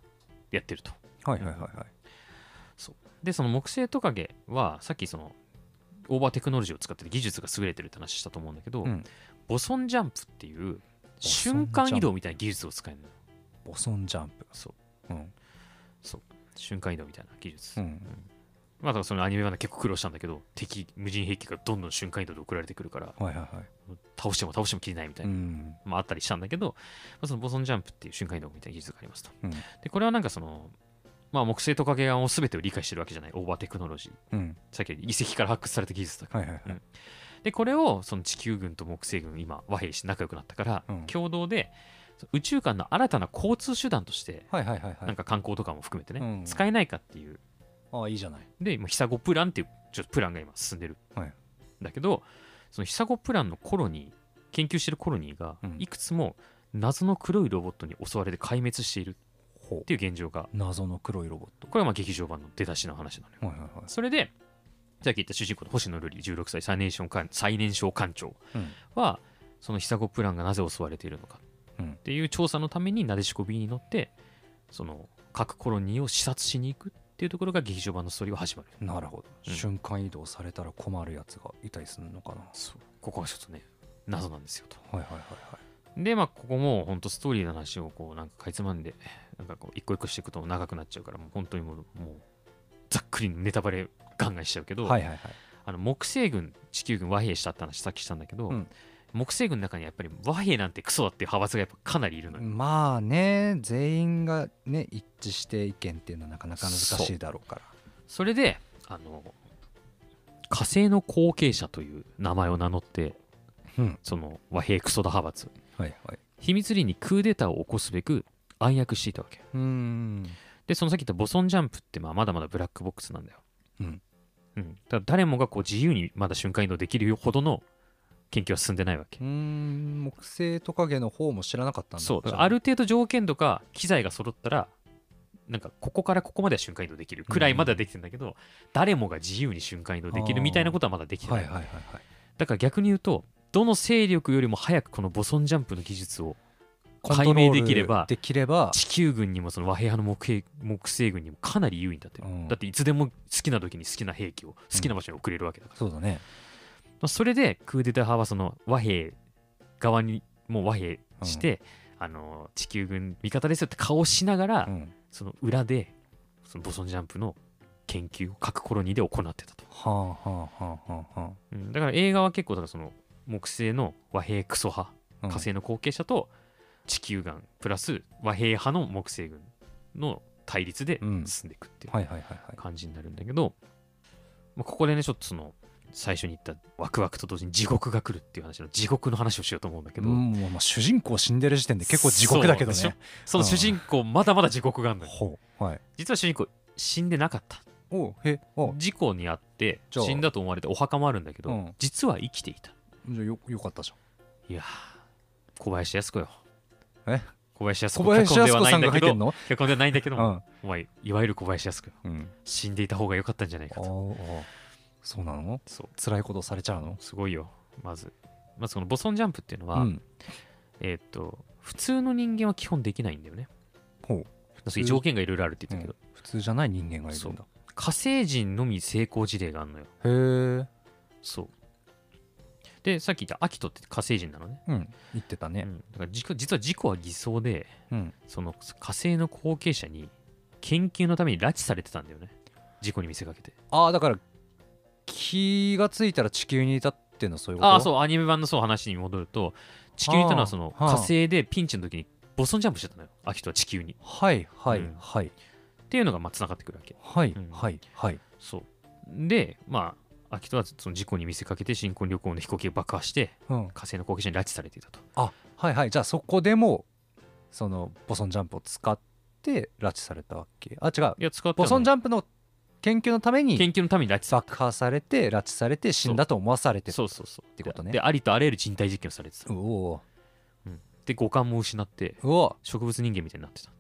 やってると。 はいはいはいはい。 そうでその木星トカゲはさっきそのオーバーテクノロジーを使ってて技術が優れてるって話したと思うんだけど、 うん、 ボソンジャンプっていうソン瞬間移動みたいな技術を使えるのよ。 ボソンジャンプ。 そう、 うんそう瞬間移動みたいな技術、 うんまあだからそのアニメは結構苦労したんだけど、敵無人兵器がどんどん瞬間移動で送られてくるからはいはいはい。 倒しても倒しても切れないみたいうな、 んまあ、あったりしたんだけど、まあ、そのボソンジャンプっていう瞬間移動みたいな技術がありますと。 うんでこれはなんかそのまあ木星トカゲ側も全てを理解してるわけじゃない、オーバーテクノロジー、 うんさっき遺跡から発掘された技術だから、 はいはいはい。 うんでこれをその地球軍と木星軍今和平して仲良くなったから、 うん共同で宇宙間の新たな交通手段としてはいはいはいはい。 なんか観光とかも含めてね、 うん使えないかっていうああいいじゃない。 で今ヒサゴプランっていうちょっとプランが今進んでる、 はいだけどそのヒサゴプランのコロニー研究してるコロニーがうんいくつも謎の黒いロボットに襲われて壊滅しているほうっていう現状が、 謎の黒いロボット。 これはまあ劇場版の出だしの話なのよ。 はいはいはい。 それでさっき言った主人公の星野瑠璃じゅうろくさい最年少艦最年少艦長うんはそのヒサゴプランがなぜ襲われているのかうんっていう調査のためになでしこ B に乗ってその各コロニーを視察しに行くっていうところが劇場版のストーリーは始まる。 なるほど、 うん瞬間移動されたら困るやつがいたりするのかな。 そうここはちょっとね謎なんですよと。 はいはいはいはい。 でまあここも本当ストーリーの話をこうなんかかいつまんでなんかこう一個一個していくと長くなっちゃうからもう本当にもうもうざっくりネタバレガンガンしちゃうけど、 はいはいはい。 あの木星軍地球軍和平したって話さっきしたんだけど、 うん木星軍の中にやっぱり和平なんてクソだっていう派閥がやっぱかなりいるのよ。 まあね、全員がね一致して意見っていうのはなかなか難しいだろうから。 それであの火星の後継者という名前を名乗ってうんその和平クソだ派閥はいはい。 秘密裏にクーデターを起こすべく暗躍していたわけうーんでそのさっき言ったボソンジャンプってまあまだまだブラックボックスなんだよ。 うんうん、だから誰もがこう自由にまだ瞬間移動できるほどの研究は進んでないわけ。 うーん木星トカゲの方も知らなかったんだ。 そうだじゃからある程度条件とか機材が揃ったらなんかここからここまでは瞬間移動できるくらいまではできてるんだけど、誰もが自由に瞬間移動できるみたいなことはまだできてない。 はいはいはいはい。 だから逆に言うとどの勢力よりも早くこのボソンジャンプの技術をコントロー解ル明できればできれば地球軍にもその和平派の木兵木星軍にもかなり優位に立ってる、 うんだっていつでも好きな時に好きな兵器を好きな場所に送れるわけだから、 そうだね。 まあそれでクーデター派はその和平側にもう和平して、あの地球軍味方ですよって顔をしながら、 うんその裏でそのボソンジャンプの研究を各コロニーで行ってたと、 はあはあはあはあはうん、だから映画は結構だからその木星の和平クソ派あ。 火星の後継者と地球軍プラス和平派の木星軍の対立で進んでいくっていうはいはいはいはい。 感じになるんだけど、まあ、ここでねちょっとその最初に言ったワクワクと同時に地獄が来るっていう話の地獄の話をしようと思うんだけど、 うんもうまあ主人公死んでる時点で結構地獄だけどそうでしょね。 その主人公まだまだ地獄があるのよ。 ほうはい。 実は主人公死んでなかったおうへお事故にあってじゃあ死んだと思われてお墓もあるんだけど、 うん実は生きていた。 じゃあよよかったじいやー小林靖子よ。 え小林靖ゃん。 子小林靖子さんが入ってんのの？ 脚本ではないんだけども、 うんお前いわゆる小林靖子よ。 うん。 死んでいた方が良かったんじゃないかああと。 そうなの？ そう辛いことされちゃうの？ すごいよ。まずまずこのボソンジャンプっていうのは、 うん。 えーっと普通の人間は基本できないんだよね。 ほう。 そういう条件がいろいろあるって言ったけど、 普通じゃない人間がいるんだ。 火星人のみ成功事例があるのよ。 へえ。 そうでさっき言ったアキトって火星人なのね。 うん。言ってたね。 うん、だから実実は事故は偽装でうん。 その火星の後継者に研究のために拉致されてたんだよね。事故に見せかけて。 ああだから気がついたら地球にいたっていうのはそういうこと？ ああそうアニメ版のそう話に戻ると地球にいたのはそのはあ火星でピンチの時にボソンジャンプしてたのよ。アキトは地球に。 はいはいうんはいっていうのがまあつながってくるわけ。 はいうんはいはい。 そうでまあアキトはその事故に見せかけて新婚旅行の飛行機が爆破してうん。 火星の後継者に拉致されていたと。 あはいはいじゃあそこでもそのボソンジャンプを使って拉致されたわけ？あ違う。 いや使ってボソンジャャンプの研究のために研究のために拉致されて爆破されて拉致されて死んだと思わされてた。 そうそうそうってことねででありとあらゆる人体実験をされてた。 うおで五感も失ってうお植物人間みたいになってた。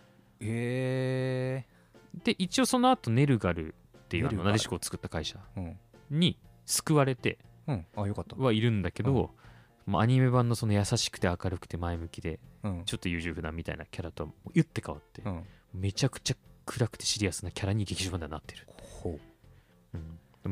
えで一応その後ネルガルっていうあネルガルのなでしこを作った会社ー、うんに救われてうんあよかった。 はいるんだけど、もうアニメ版のその優しくて明るくて前向きでうんちょっと優柔不断みたいなキャラとは打って変わって、 うんめちゃくちゃ暗くてシリアスなキャラに劇場版ではなってる、 ほうん、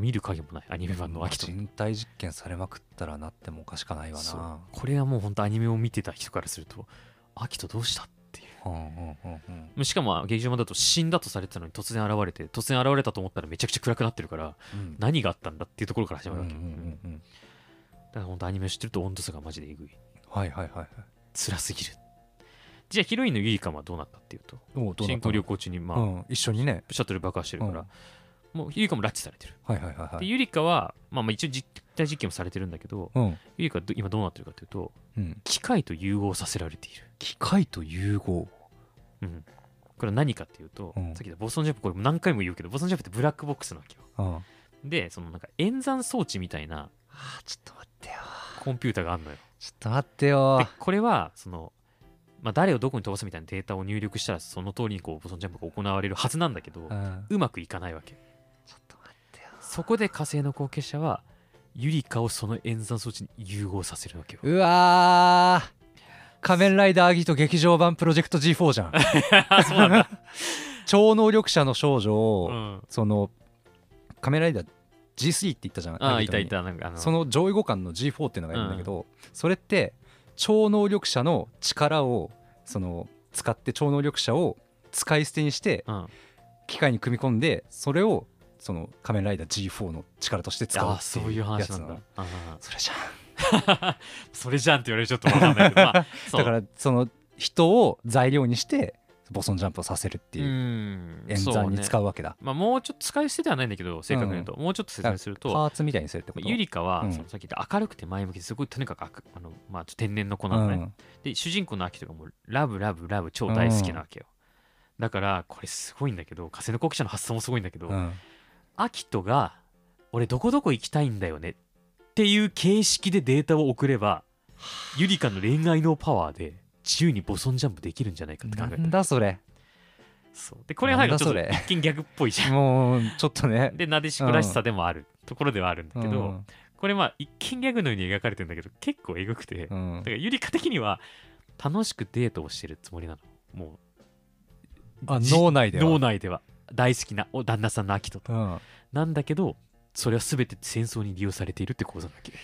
見る影もないアニメ版のアキト。 人体実験されまくったらなってもおかしくないわそうな。 これはもう本当アニメを見てた人からするとアキトどうしたっていう、 うんうんうんうんしかも劇場版だと死んだとされてたのに突然現れて、突然現れたと思ったらめちゃくちゃ暗くなってるから、 うん何があったんだっていうところから始まるわけ、 うんうんうんうんだから本当アニメを知ってると温度差がマジでえぐい、 はいはいはいはい。 辛すぎる。じゃあヒロインのユイカはどうなったっていうと、 おうどうなったの新婚旅行中にまあ、 うん一緒にね。 シャトル爆破してるから、もうユイカも拉致されてる、 はいはいはいはい。 でユリカは、まあ、まあ一応実体実験もされてるんだけど、 うんユリカはど今どうなってるかというとうん。 機械と融合させられている、 機械と融合。 うん、これは何かっていうと、 うんさっき言ったボストンジャンプ、これも何回も言うけどボストンジャンプってブラックボックスなわけよ。 うん。あでそのなんか演算装置みたいなーちょっと待ってよ。 コンピューターがあるのよ。 ちょっと待ってよで。これはその、まあ、誰をどこに飛ばすみたいなデータを入力したらその通りにこうボストンジャンプが行われるはずなんだけど、 うんうまくいかないわけ。 ちょっと待ってよ。 そこで火星の後継者はユリカをその演算装置に融合させるわけよ。 うわー仮面ライダーアギト劇場版プロジェクト ジーフォー じゃん。 そうなんだ、 超能力者の少女を、 うん、 その仮面ライダー ジースリー って言ったじゃん。 ああアギトにいたいた、なんかあのその上位互換の ジーフォー っていうのがいるんだけど、それって超能力者の力をその使って超能力者を使い捨てにしてうん、 機械に組み込んで、それをその仮面ライダー ジーフォー の力として使うああってそういう話いうやつなの。 なんだ。ああそれじゃん。 それじゃんって言われるとちょっとわかんないけど、まあ、そうだからその人を材料にしてボソンジャンプをさせるってういうん演そう算にね使うわけだ。 まあ、もうちょっと使い捨てではないんだけど正確に言うと、もうちょっと説明すると、 パーツみたいにするってこと。 ユリカは、 うんそのさっき言った明るくて前向きですごいとにかく明あの、まあ、天然の子うなのね、 んで主人公のアキトがもうラブラブラブ超大好きなわけよ、だからこれすごいんだけど、火星の後継者の発想もすごいんだけど、 うんアキトが俺どこどこ行きたいんだよねっていう形式でデータを送ればユリカの恋愛のパワーで自由にボソンジャンプできるんじゃないかって考えた。 なんだそれ。 そうでこれはなんかちょっとなんだそれ一見ギャグっぽいじゃん。 もうちょっとね。 でなでしこらしさでもあるところではあるんだけど、 うんこれまあ一見ギャグのように描かれてるんだけど結構エグくて、だうんからユリカ的には楽しくデートをしてるつもりなの。もうあじ脳内では。 脳内では大好きなお旦那さんのアキトとうんなんだけど、それは全て戦争に利用されているって構造なわけ。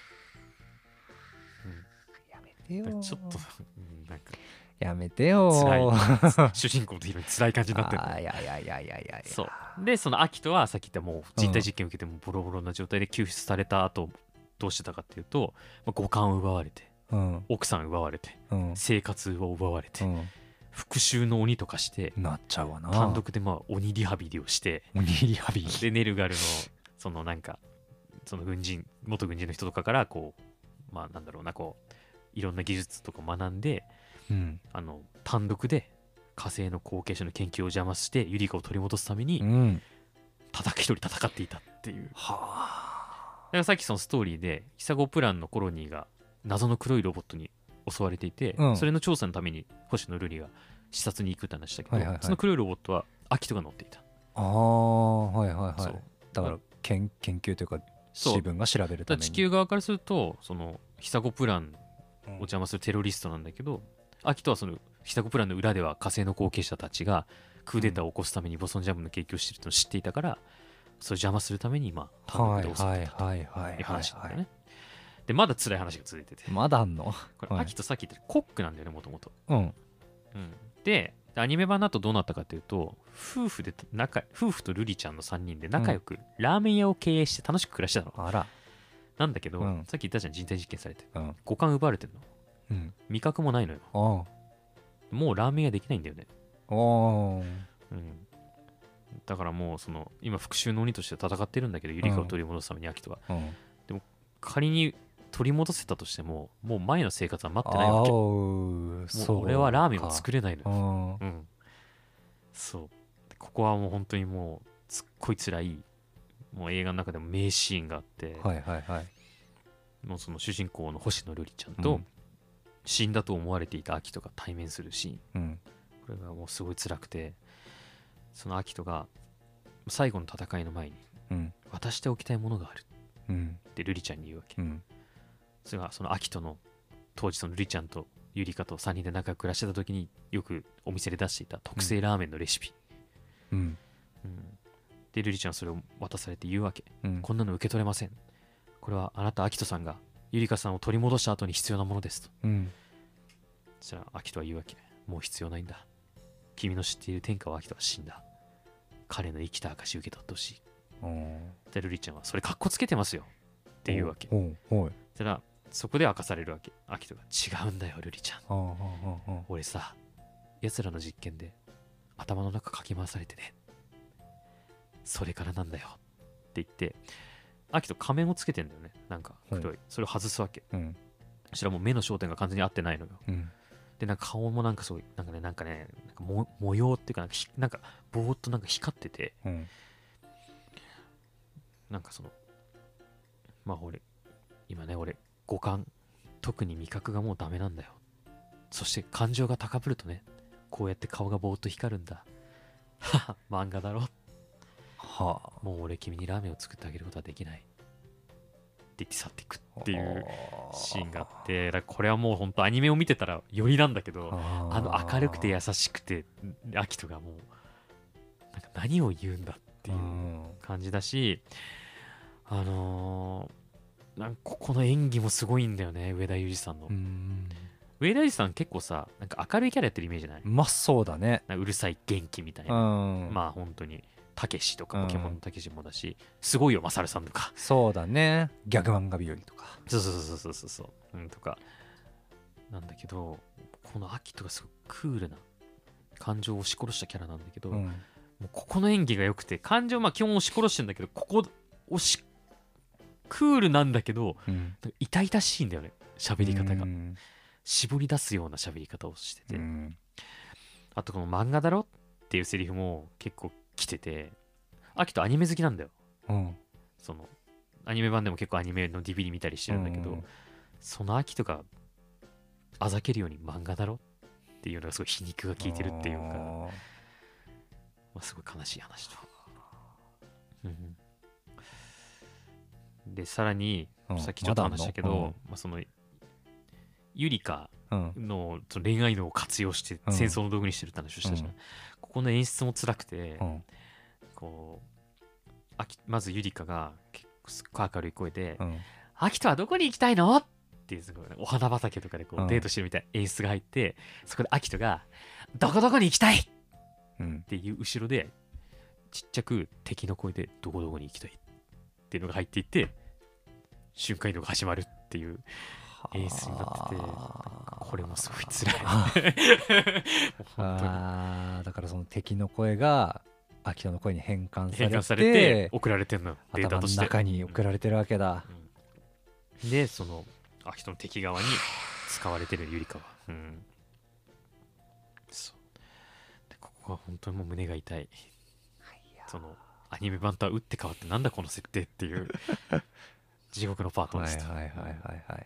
やめてよだからちょっと、うんなんかやめてよ辛い主人公とヒロイン辛い感じになってる。 あーいやいやいやいやいやいや。 そうでそのアキトはさっき言ったもう人体実験を受けてもボロボロな状態で救出された後どうしてたかっていうと、まあ、五感を奪われてうん奥さん奪われてうん生活を奪われて、 うん復讐の鬼とかしてなっちゃうわな。 単独でまあ鬼リハビリをしておにぎりハビでネルガルのそのなんかその軍人元軍人の人とかからこうまあなんだろうなこういろんな技術とか学んでうんあの単独で火星の後継者の研究を邪魔してユリカを取り戻すためにうん叩き一人戦っていたっていう。 はだからさっきそのストーリーでヒサゴプランのコロニーが謎の黒いロボットに襲われていて、 うんそれの調査のために星野瑠璃が視察に行くって話したけど、 はいはいはいその黒いロボットはアキトが乗っていた。 ああーはいはいはそうい。だから研研究というかそう自分が調べるために。 だから地球側からするとそのヒサゴプランうんを邪魔するテロリストなんだけど、アキトはそのヒサゴプランの裏では火星の後継者たちがクーデターを起こすためにボソンジャムの研究をしていると知っていたから、それを邪魔するために今単はい独で襲っていたとはいはいはいいう話なんだよね。 はいでまだ辛い話が続いてて、 まだあんの。 これ、 はいアキトさっき言ったコックなんだよねもともと。 うんうん、でアニメ版だとどうなったかというと夫婦で仲夫婦とルリちゃんのさんにんで仲良くラーメン屋を経営して楽しく暮らしてたの、 あらなんだけど、 うんさっき言ったじゃん人体実験されてうん五感奪われてるのうん味覚もないのよ。 あもうラーメン屋できないんだよね、 あおーうん、だからもうその今復讐の鬼として戦ってるんだけどユリカを取り戻すためにアキトは、 うん仮に取り戻せたとしてももう前の生活は待ってないわけ。ももう俺はラーメンを作れれないのよ。 うんうん、そうここはもう本当にもうすっごい辛いもう映画の中でも名シーンがあって、 はいはいはいもうその主人公の星野瑠璃ちゃんと、 うん死んだと思われていたアキトが対面するシーン、 うんこれがもうすごい辛くて、そのアキトが最後の戦いの前にうん渡しておきたいものがあるうんって瑠璃ちゃんに言うわけ、 うんそれがそのアキトの当時その瑠璃ちゃんとゆりかとさんにんで仲良く暮らしてた時によくお店で出していた特製ラーメンのレシピ、 うんうん、でルリちゃんそれを渡されて言うわけ、 うん、 こんなの受け取れません、これはあなたアキトさんがゆりかさんを取り戻した後に必要なものですと。 うん、 そしたらアキトは言うわけ、もう必要ないんだ、君の知っている天下はアキトは死んだ、彼の生きた証受け取ってほしい。でルリちゃんはそれカッコつけてますよって言うわけ。 おうおう、 そしたらそこで明かされるわけ、アキトが違うんだよルリちゃん、 おうおうおう、 俺さ奴らの実験で頭の中かき回されてね、それからなんだよって言ってアキト仮面をつけてんだよね、なんか黒い、それを外すわけ、 うん、 そしたらもう目の焦点が完全に合ってないのよ、 うん、 でなんか顔もなんかそういうなんかねなんかねなんかも模様っていうかなんかひなんかぼーっとなんか光ってて、 うん、 なんかそのまあ俺今ね俺五感特に味覚がもうダメなんだよ、そして感情が高ぶるとねこうやって顔がぼーっと光るんだはは漫画だろ、 はあ、 もう俺君にラーメンを作ってあげることはできないって言って去っていくっていうシーンがあって、だからこれはもう本当アニメを見てたらよりなんだけど、あの明るくて優しくてアキトがもうなんか何を言うんだっていう感じだし、あのー、なんかここの演技もすごいんだよね、上田裕二さんの。 うん、 上田裕二さん結構さなんか明るいキャラやってるイメージじゃない？ まあそうだね、 なんかうるさい元気みたいな、 うん、 まあ本当にたけしとかポケモンのたけしもだし、すごいよマサルさんとか、 そうだね、ギャグ漫画日和とか、 そうそうそうそうそうそう、うん、とかなんだけど、このアキトがすごいクールな感情を押し殺したキャラなんだけど、 うん、 もうここの演技が良くて、感情まあ基本押し殺してんだけど、ここ押しクールなんだけど、 うん、 痛々しいんだよね喋り方が、 うん、 絞り出すような喋り方をしてて、 うん、 あとこの漫画だろっていうセリフも結構来てて、アキトアニメ好きなんだよ、 うん、 そのアニメ版でも結構アニメの ディーブイディー 見たりしてるんだけど、 うん、 そのアキトがあざけるように漫画だろっていうのがすごい皮肉が効いてるっていうか、まあ、すごい悲しい話と、うん、でさらにさっきちょっと話したけど、 まだあんの？うん、 まあ、そのユリカうんのその恋愛能を活用して戦争の道具にしてるって話をしたじゃん、 うん、 ここの演出も辛くて、 うん、 こうあきまずユリカが結構すっごい明るい声でうん、 「アキトはどこに行きたいの?」っていうすごいお花畑とかでこううんデートしてるみたいな演出が入って、そこでアキトが「どこどこに行きたい!」っうん、 ていう後ろでちっちゃく敵の声で「どこどこに行きたい!」っていうのが入っていって瞬間移動が始まるっていう演出になってて、これもすごい辛い本当にあーだからその敵の声がアキトの声に変換されて変換されて送られてんのデータ頭のとして中に送られてるわけだ、 うん、でそのアキトの敵側に使われてるユリカは、うん、そうでここは本当にもう胸が痛い、そのアニメ版とは打って変わってなんだこの設定っていう地獄のパートでした。 はいはいはいはいはい。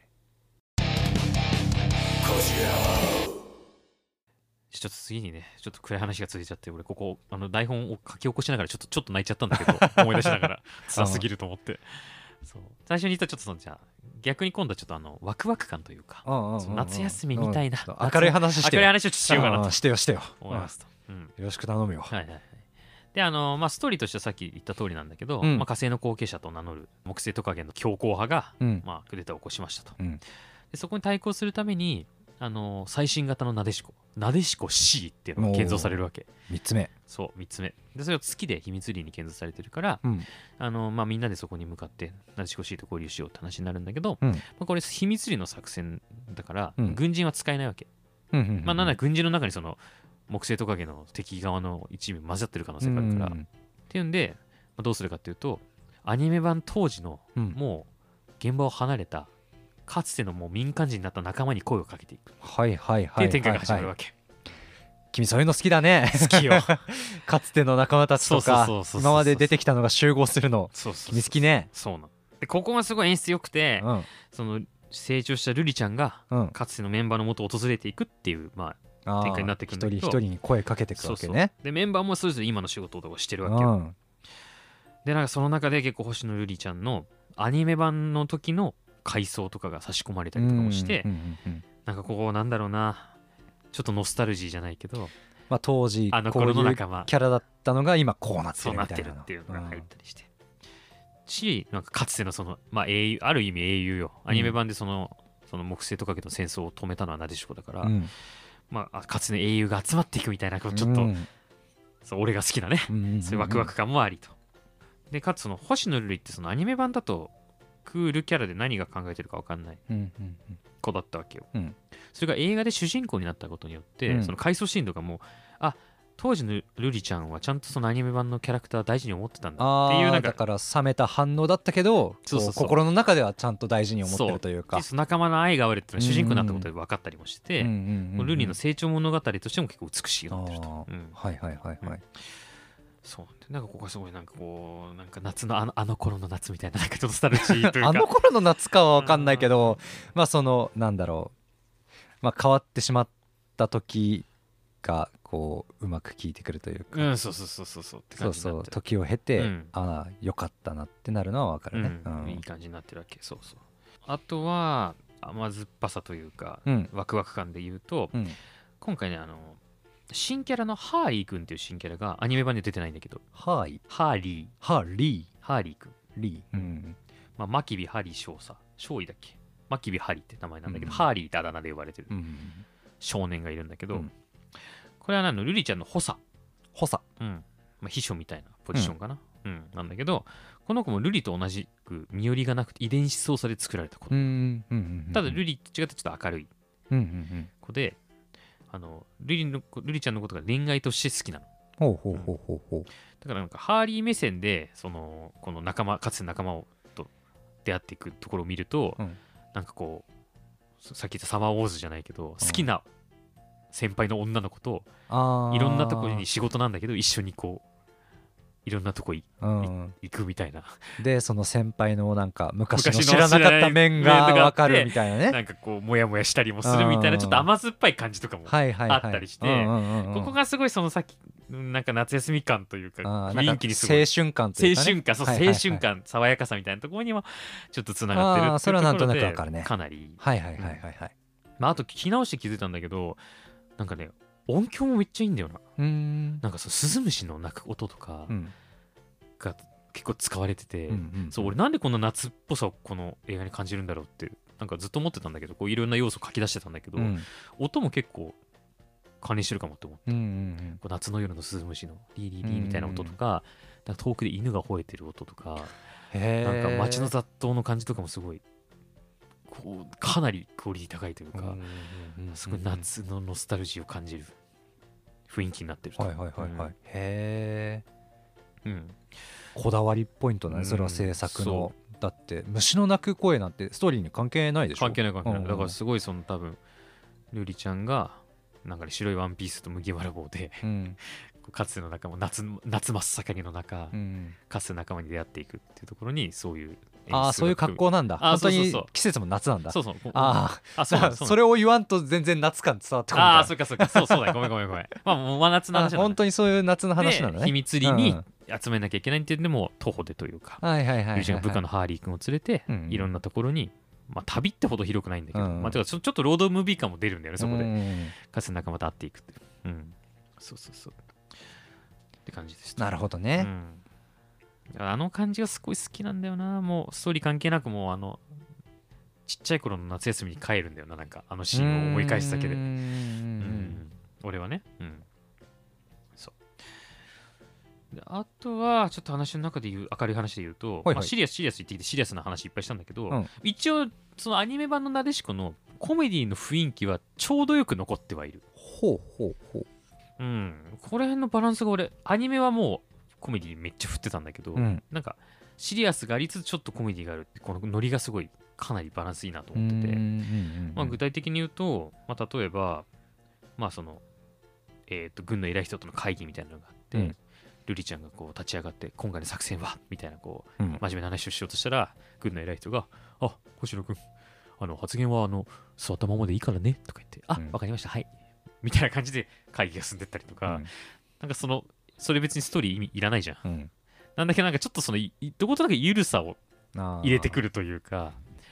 ちょっと次にね、ちょっと暗い話が続いちゃって、俺ここあの台本を書き起こしながらちょっとちょっと泣いちゃったんだけど、思い出しながら辛すぎると思って。そう最初に言ったちょっとそのじゃあ逆に今度はちょっとあのワクワク感というか、その夏休みみたいな、 うん、明るい話して明るい話をしようかなとしてよしてよ思いますと、うん、 よろしく頼むよ。 はいはいはい。であのまあストーリーとしてはさっき言った通りなんだけど、 うん、 まあ、火星の後継者と名乗る木星トカゲの強硬派が、 うん、 まあクーデターを起こしましたと、 うん、 でそこに対抗するためにあの最新型のなでしこなでしこ C っていうのが建造されるわけ。 みっつめ。 そうみっつめでそれを月で秘密裏に建造されてるから、 うん、 あのまあ、みんなでそこに向かってなでしこ C と交流しようって話になるんだけど、 うん、 まあ、これ秘密裏の作戦だから、 うん、 軍人は使えないわけ、 うんうんうん、 まあ、なんだ軍人の中にその木星トカゲの敵側の一部混ざってる可能性があるから、うん、っていうんで、まあ、どうするかっていうとアニメ版当時の、 うん、 もう現場を離れたかつてのもう民間人になった仲間に声をかけていく、 はいはいはい、 っていう展開が始まるわけ。 君そういうの好きだね。 好きよかつての仲間たちとか今まで出てきたのが集合するの、そうそうそうそう、君好きね。 そうなのでここがすごい演出良くて、うん、その成長したルリちゃんが、うん、かつてのメンバーのもとを訪れていくっていう、まあ、展開になっていくんだけど、 一人一人に声かけていくわけね。そうそうでメンバーもそれぞれ今の仕事をしてるわけよ、うん、でなんかその中で結構星野瑠璃ちゃんのアニメ版の時の回想とかが差し込まれたりとかもして、 なんかこうなんだろうな、ちょっとノスタルジーじゃないけど、 まあ、当時あのこういう頃の仲間キャラだったのが今こうなってそうなっるみたいなてるっていうのが入ったりして、し、なんかかつてのその、まあ、英雄、ある意味英雄よ。アニメ版でその、うん、その木星トカゲの戦争を止めたのはなでしこだから、うん、まあ、かつての英雄が集まっていくみたいな、ちょっと、うん、そう俺が好きなね、うんうんうん、そういうワクワク感もありと。で、かつその星野瑠璃ってそのアニメ版だと、クールキャラで何が考えてるか分かんない子だったわけよ。うん、それが映画で主人公になったことによって、うん、その回想シーンとかも、あ、当時の瑠璃ちゃんはちゃんとそのアニメ版のキャラクター大事に思ってたんだっていう、なんかだから冷めた反応だったけど、そうそうそう、心の中ではちゃんと大事に思ってるというか、 そう仲間の愛があるっていうのは主人公になったことで分かったりもして、瑠璃の成長物語としても結構美しいなってると、うん、 はいはいはいはい、うん、 そうなんかここはすごいなんかこうなんか夏のあのあの頃の夏みたいななんかちょっとスタルジーというかあの頃の夏かは分かんないけど、まあそのなんだろう、まあ変わってしまった時がこううまく効いてくるというか、 うん、そうそうそうそうそうって感じになってる。 そうそう、時を経て、 うん、 ああよかったなってなるのは分かるね、 うんうん、いい感じになってるわけ。そうそう。あとは甘酸っぱさというか、うん、ワクワク感で言うと、うん、今回ねあの新キャラのハーリー君っていう新キャラがアニメ版で出てないんだけど、 ハーイハーリーハーリーハーリー君リー、うん、 まあマキビハリー少佐少尉だっけ、マキビハリーって名前なんだけど、うん、ハーリーってあだ名で呼ばれてる、うん、少年がいるんだけど、うん、これはあのルリちゃんの補佐補佐、 うんまあ、秘書みたいなポジションかな、うんうん、なんだけど、この子もルリと同じく身寄りがなくて遺伝子操作で作られた子、うんうんうんうん、ただルリと違ってちょっと明るい子で、うんうんうん、あのルリのルリちゃんのことが恋愛として好きなの。 ほうほうほうほうほう、うん、 だからなんかハーリー目線でそのこの仲間かつて仲間をと出会っていくところを見ると、うん、なんかこうさっき言ったサマーウォーズじゃないけど、好きな先輩の女の子といろんなところに仕事なんだけど一緒にこういろんなとこい、うん、行くみたいな。 でその先輩のなんか昔の知らなかった面が分かるみたいなね、 なんかこうモヤモヤしたりもするみたいなちょっと甘酸っぱい感じとかもあったりして、ここがすごいそのさっきなんか夏休み感というか雰囲気にすごい青春感というか、ね、 青春感そう、はいはいはい、青春感爽やかさみたいなところにもちょっとつながってるっていうところで、それはなんとなく分かるね、かなりはいはいはいはいはい、うんまあ、あと聞き直して気づいたんだけど、なんかね音響もめっちゃいいんだよな。うーんなんかそうスズムシの鳴く音とかが結構使われてて、うんうんうん、そう俺なんでこんな夏っぽさをこの映画に感じるんだろうってなんかずっと思ってたんだけど、こういろんな要素を書き出してたんだけど、うん、音も結構関連してるかもって思って、うんうんうん、こう夏の夜のスズムシのリーリーリーみたいな音とか、うんうん、遠くで犬が吠えてる音とか、なんか街の雑踏の感じとかもすごいこうかなりクオリティ高いというか、うんうんうんうん、すごい夏のノスタルジーを感じる雰囲気になってると。 はいはいはいはい、うん、へえ、うん、こだわりポイントね、それは制作の、うん、だって虫の鳴く声なんてストーリーに関係ないでしょ。 関係ない関係ない、うんうん、だからすごいその多分ルリちゃんがなんか、ね、白いワンピースと麦わら帽で、うん、かつての仲間 夏, 夏真っ盛りの中、うん、かつて仲間に出会っていくっていうところにそういうああそういう格好なんだ。本当に季節も夏なんだ。 そうそうああそうそれを言わんと全然夏感伝わってこない。 ああそうかそうかそうそうだごめんごめんごめんまあもう真夏の話なんだ。 本当にそういう夏の話なんだね。 秘密裏に集めなきゃいけないっていうのも徒歩でというか、 はいはいはいはい、 部下のハーリー君を連れて、うん、いろんなところに、まあ、旅ってほど広くないんだけど、うんまあ、ちょっとロードムービー感も出るんだよねそこで、うん、かつて仲間と会っていくっていう、うん、そうそうそうって感じでした。 なるほどね、 うん、あの感じがすごい好きなんだよな。もうストーリー関係なくもうあのちっちゃい頃の夏休みに帰るんだよな。なんかあのシーンを思い返すだけで、うん、うん、俺はね、うん、そうであとはちょっと話の中で言う明るい話で言うと、はいはい、まあ、シリアスシリアス言ってきてシリアスな話いっぱいしたんだけど、うん、一応そのアニメ版のなでしこのコメディの雰囲気はちょうどよく残ってはいる。 ほうほうほう、 うん、ここら辺のバランスが俺アニメはもうコメディめっちゃ振ってたんだけど、うん、なんかシリアスがありつつちょっとコメディがあるってこのノリがすごいかなりバランスいいなと思ってて、うんうんうん、まあ、具体的に言うと、まあ、例えばまあそのえっと軍の偉い人との会議みたいなのがあって、うん、ルリちゃんがこう立ち上がって今回の作戦はみたいなこう、うん、真面目な話をしようとしたら軍の偉い人があ星野君あの発言はあの座ったままでいいからねとか言ってあ、うん、わかりましたはいみたいな感じで会議が進んでったりとか、うん、なんかそのそれ別にストーリー意味いらないじゃん、うん、なんだけどなんかちょっとそのどことなく緩さを入れてくるというか、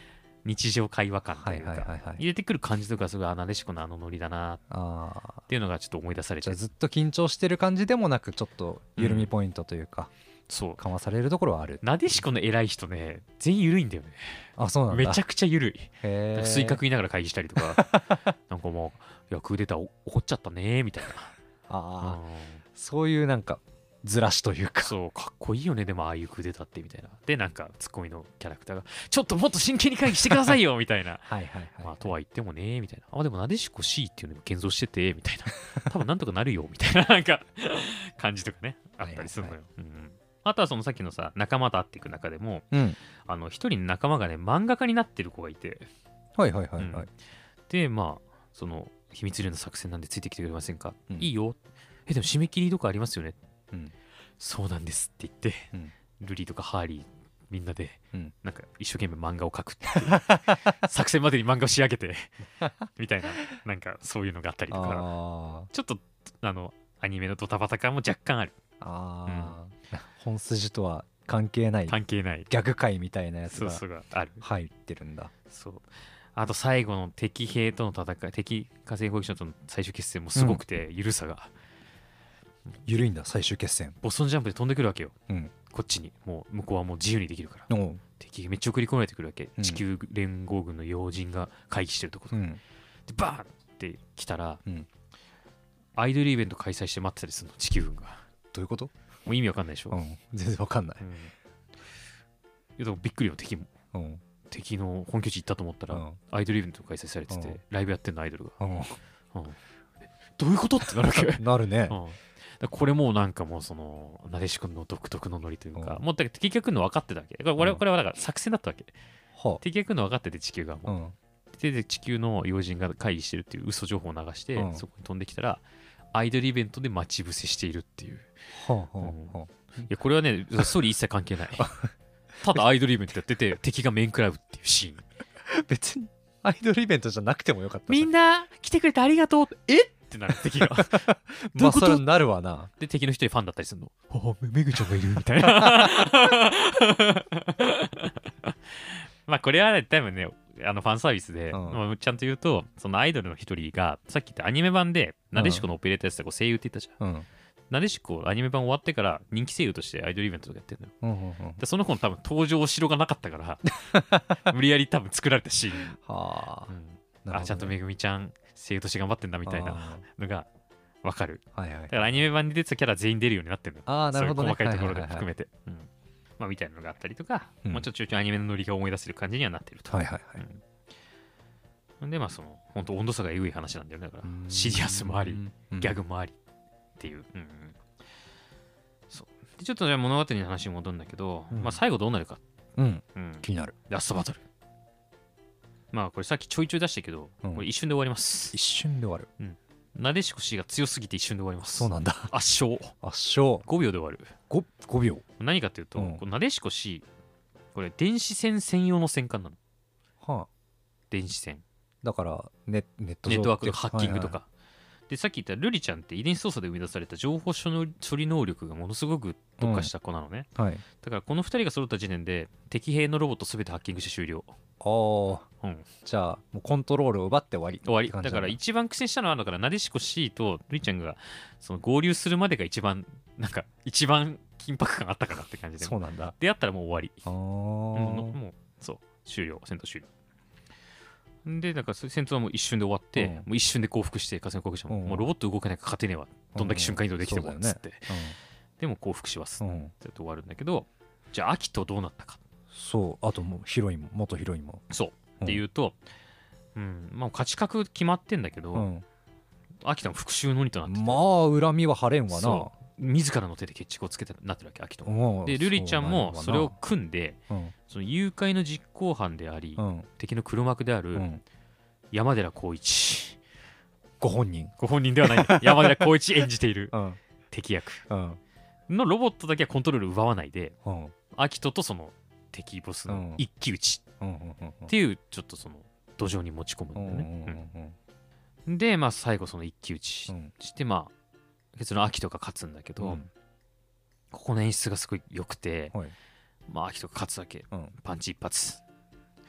日常会話感というか、 はいはいはいはい、 入れてくる感じとかすごいあなでしこのあのノリだなあっていうのがちょっと思い出されて、 じゃあずっと緊張してる感じでもなくちょっと緩みポイントというか、 そう緩和されるところはある。 なでしこの偉い人ね全員緩いんだよね。 あ、そうなんだ。 めちゃくちゃ緩い。 へー、 水角言いながら会議したりとかなんかもういやクーデター怒っちゃったねみたいな。 あ、 うんそういうなんかずらしというか、 そうかっこいいよねでもああいうクーデターってみたいな。でなんかツッコミのキャラクターがちょっともっと真剣に会議してくださいよみたいなはいはいはい、 まあとは言ってもねみたいな。あでもなでしこ C っていうのも建造しててみたいな多分なんとかなるよみたいななんか感じとかねあったりするのよ。うん、あとはそのさっきのさ仲間と会っていく中でも、 うん、 あの一人の仲間がね漫画家になってる子がいて、 はいはいはいはい、 うんでまあその秘密裏の作戦なんでついてきてくれませんか、 うんいいよ。えでも締め切りとかありますよね、 うん、 そうなんですって言って、 うん、 ルリーとかハーリーみんなで、 うん、 なんか一生懸命漫画を描くっていう作戦までに漫画を仕上げてみたいななんかそういうのがあったりとか、 あちょっとあのアニメのドタバタ感も若干ある。 あ、うん、本筋とは関係ない関係ないギャグ界みたいなやつそうがそうがある。 入ってるんだ。 そうあと最後の敵兵との戦い、敵火星攻撃者との最終決戦もすごくて、ゆるさが緩いんだ最終決戦。 ボストンジャンプで飛んでくるわけよ、 うん、 こっちに。もう向こうはもう自由にできるからおう、 敵がめっちゃ送り込まれてくるわけ、 うん地球連合軍の要人が会議してるところ、 うん、 でバーンって来たら、 うん、 アイドルイベント開催して待ってたりするの地球軍が。 どういうこと？ もう意味わかんないでしょ、 うん、全然わかんない。 うん、いやでもびっくりよ敵も。 うん、 敵の本拠地行ったと思ったら、 うん、 アイドルイベント開催されてて、 うんライブやってんのアイドルが、 うん、 うんどういうことってなるわけなるね。 うん、だからこれもうなんかもうそのなでしこの独特のノリというか、 うんもうだから敵が来るの分かってたわけ。これ,、 うんこれはだから作戦だったわけ。 は敵が来るの分かってて地球があ、うもう、 ん、 でで地球の要人が会議してるっていう嘘情報を流して、 うんそこに飛んできたらアイドルイベントで待ち伏せしているっていう。 はあはあはあ、 いやこれはねストーリー一切関係ないただアイドルイベントやってて敵が面食らうっていうシーン。 別にアイドルイベントじゃなくてもよかった。 みんな来てくれてありがとうえってなる敵がどういうまあことそれなるわな。 で敵の一人ファンだったりするの。あめめぐちゃんがいるみたいなまあこれは、ね、多分ねあのファンサービスで、 うんまあちゃんと言うとそのアイドルの一人がさっき言ったアニメ版でなでしこのオペレーターやってた子声優って言ったじゃん、 うん、 なでしこアニメ版終わってから人気声優としてアイドルイベントとかやってるのよ。 うんうんうん、 でその子の多分登場しろがなかったから無理やり多分作られたシーン、 はあ、 うんなるほどね、 あちゃんとめぐみちゃん声優として頑張ってんだみたいなあのが分かる。 ー、はいはい、 だからアニメ版に出てたキャラ全員出るようになってるのよ。 ああなるほどね、 そういう細かいところではいはいはい含めて、うんまあ、みたいなのがあったりとか、 うんもうちょっとちょいちょいアニメのノリが思い出せる感じにはなってると。 はいはいはい、 うん、でまあその本当温度差がえぐい話なんだよね。だからうんシリアスもありうんギャグもありっていう、うんうん、そうでちょっとじゃあ物語の話に戻るんだけど、 うんまあ最後どうなるか、 うんうん、 気になる。 ラストバトル。まあこれさっきちょいちょい出したけど、 うんこれ一瞬で終わります一。瞬で終わる。 なでしこ C が強すぎて一瞬で終わります。 そうなんだ。 圧勝圧勝ごびょうで終わる。 ご, ごびょう。 何かっていうと、 うんこのなでしこ C これ電子戦専用の戦艦なの。 はあ、 電子戦だからネネットネットワーク上のハッキングとか、 はでさっき言ったルリちゃんって遺伝子操作で生み出された情報処の処理能力がものすごく特化した子なのね、 いはいはい、 だからこのふたりが揃った時点で敵兵のロボットすべてハッキングして終了。 ああ、 うんじゃあもうコントロールを奪って終わり終わりって感じだから一番苦戦したのはだからなでしこ C とルリちゃんがその合流するまでが一番なんか一番緊迫感あったかなって感じで、 そうなんだ。 出会ったらもう終わり。 ああ、 もうもうそう終了戦闘終了でだから戦闘はもう一瞬で終わって、 うんもう一瞬で降伏して火星の降伏者も、 うんもうロボット動かないから勝てねえわ、どんだけ瞬間移動できてもうんっつって、でも降伏します、 うん、 っうん、 て終わるんだけど、じゃあアキトどうなったか、 そうあともうヒロインも元ヒロインもそうっていうと、うんまあ、勝ち確決まってんだけど、 うん、 アキトの復讐の鬼となってて、 まあ恨みは晴れんわな。 そう自らの手で決着をつけてなってるわけアキト、 うんでルリちゃんもそれをう組んでなんやその誘拐の実行犯であり、 わなうん敵の黒幕であるうんうん山寺宏一、 ご本人ご本人ではない山寺宏一演じているうん敵役うんのロボットだけはコントロール奪わないでうんアキトとその敵ボスの一騎打ちうんうんうんっていうちょっとその土壌に持ち込むんだよね、うんでまあ最後その一騎打ちうんしてまあ結論アキトが勝つんだけど、 うんここの演出がすごい良くて、 はいまあアキトが勝つわけうんパンチ一発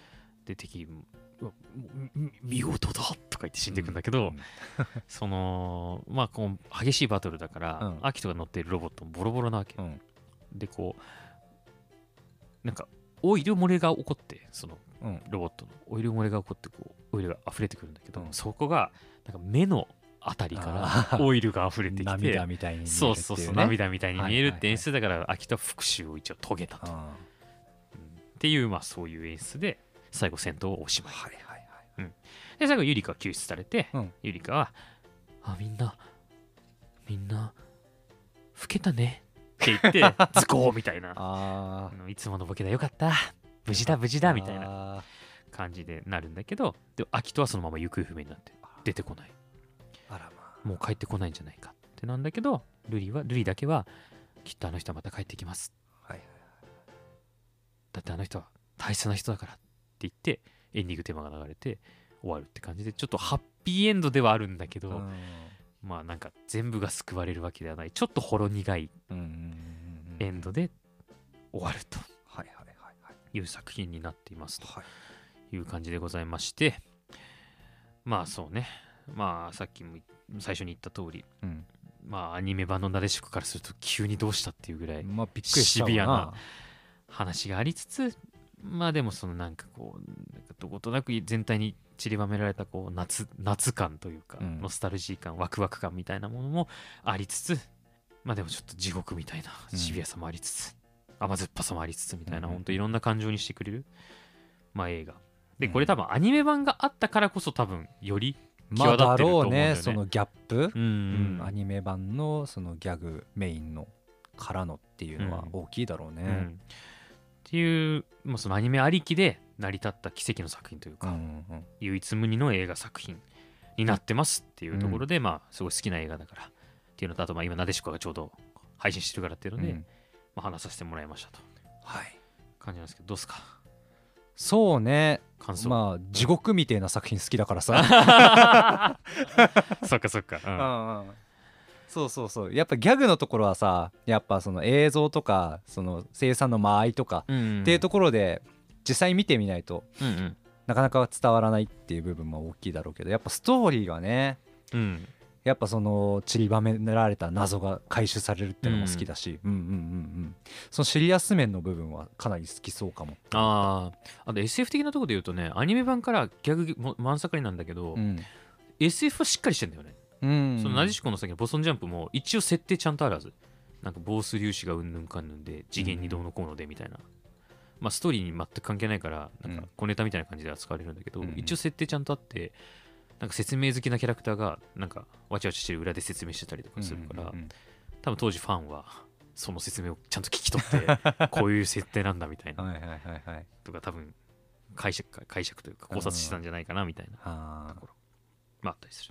で敵うわみ見事だとか言って死んでいくんだけど、 うんそのまあこう激しいバトルだから、 うんアキトが乗っているロボットもボロボロなわけ、 うんでこうなんかオイル漏れが起こってそのうんロボットのオイル漏れが起こってこうオイルが溢れてくるんだけど、 うんそこがなんか目のあたりかあーらオイルが溢れてきて涙みたいに見えるっていう、ね、 そうそうそう涙みたいに見えるって演はい出だからアキトは復讐を一応遂げたと、 うんうんっていうまあそういう演出で最後戦闘をおしまい、 はいはいはいで最後ユリカは救出されて、 うんユリカはあみんなみんな老けたねって言ってズコーみたいなああのいつものボケだよかった無事だ無事だみたいなな感じでなるんだけど、でアキトはそのまま行方不明になって出てこない、 あらまあもう帰ってこないんじゃないかってなんだけど、ルリはルリだけはきっとあの人はまた帰ってきます、 はいはいだってあの人は大切な人だからって言ってエンディングテーマが流れて終わるって感じで、ちょっとハッピーエンドではあるんだけど、 うんまあなんか全部が救われるわけではない、ちょっとほろ苦いうんうんうんうんエンドで終わるとはいはいはいはいいう作品になっていますとはいいう感じでございまして、まあそうね、まあさっきも最初に言った通り、 うんまあアニメ版のなでしこからすると急にどうしたっていうぐらいまあびっくりしたわシビアな話がありつつ、まあでもそのなんかこうなんかどことなく全体に散りばめられたこう夏夏感というか、 うんノスタルジー感ワクワク感みたいなものもありつつ、まあでもちょっと地獄みたいなシビアさもありつつ、甘酸っぱさもありつつみたいな、 うんほんといろんな感情にしてくれる、まあ、映画でうんこれ多分アニメ版があったからこそ多分よりまあだ際立ってるとろう思うんだよねねそのギャップうんうんうんアニメ版のそのギャグメインのからのっていうのは大きいだろうね、 うんっていう、まあ、そのアニメありきで成り立った奇跡の作品というか、 うんうん唯一無二の映画作品になってますっていうところで、まあすごい好きな映画だからっていうのと、あとまあ今なでしこがちょうど配信してるからっていうので、 うんまあ、話させてもらいましたとはい感じなんですけど、どうですかそうね感想。 まあ地獄みたいな作品好きだからさそっかそっか、ううんんうんそうそうそうやっぱギャグのところはさやっぱその映像とかその声優さんの間合いとかうんっていうところで実際見てみないとうんうんなかなか伝わらないっていう部分も大きいだろうけど、やっぱストーリーがねうんやっぱその散りばめられた謎が回収されるっていうのも好きだし、うん、うんうんうんうんそのシリアス面の部分はかなり好きそうかも。 あああと エスエフ 的なところで言うとね、アニメ版からギャグも満載なんだけど、 うんエスエフ はしっかりしてんだよね、 うん、 そのなでしこの先のボソンジャンプも一応設定ちゃんとあるはず、なんかボース粒子がうんぬんかんぬんで次元にどうのこうのでみたいな、まあストーリーに全く関係ないからなんか小ネタみたいな感じで扱われるんだけど、 うん一応設定ちゃんとあって、なんか説明好きなキャラクターがなんかわちゃわちゃしてる裏で説明してたりとかするから、 うんうんうん多分当時ファンはその説明をちゃんと聞き取ってこういう設定なんだみたいなはいはいはいはいとか多分解釈か解釈というか考察してたんじゃないかなみたいなあところまああったりする。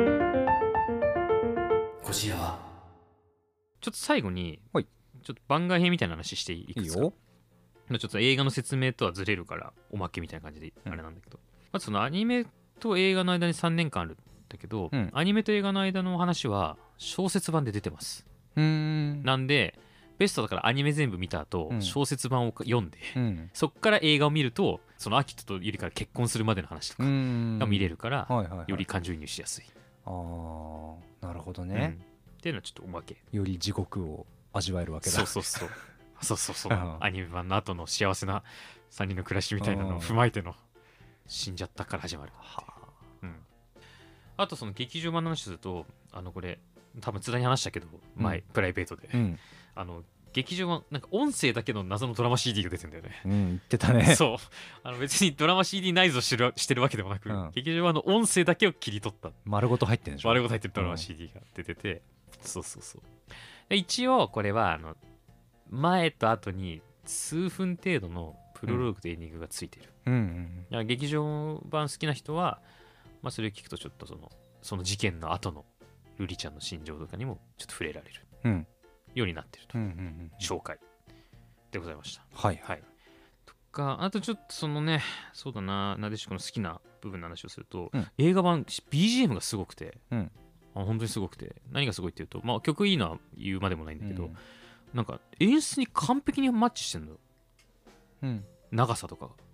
こちらはちょっと最後にはいちょっと番外編みたいな話していーいくつか、 いよ。 まあちょっと映画の説明とはずれるからおまけみたいな感じであれなんだけど、まずそのアニメと映画の間にさんねんかんあるんだけど、 うんアニメと映画の間の話は小説版で出てます。 うーんなんでベストだからアニメ全部見た後、 うん小説版を読んで、 うんそっから映画を見るとそのアキトとユリカが結婚するまでの話とかが見れる、 るから、 はいはいはい、 より感情移入しやすい、 あーなるほどうんね、 っていうのはちょっとおまけ。 より地獄を味わえるわけだ。 そうそうそうそうそうそううんアニメ版の後の幸せなさんにんの暮らしみたいなのを踏まえての死んじゃったから始まる、 はうん、あとその劇場版の話するとあのこれ多分津田に話したけど前、 うんプライベートで、 あうんあの劇場版なんか音声だけの謎のドラマ シーディー が出てんだよねうん言ってたね。 そうあの別にドラマ シーディー 内蔵してるしてるわけでもなく、 うん劇場版の音声だけを切り取った丸ごと入ってんでしょ。 丸ごと入ってるドラマうんシーディー が出てて、そうそうそうで一応これはあの前と後に数分程度のプロローグとエンディングがついてる、 うんうんだから劇場版好きな人は、まあ、それを聞くとちょっとそのその事件の後のルリちゃんの心情とかにもちょっと触れられるうんようになってると、 うんうんうん紹介でございました。 はいはい。とか、あとちょっとそのね、そうだな、なでしこの好きな部分の話をすると、 うん映画版 ビージーエム がすごくて、 うんあ本当にすごくて、何がすごいっていうと、まあ曲いいのは言うまでもないんだけど、 うんなんか演出に完璧にマッチしてるのよ。 うん長さとかが。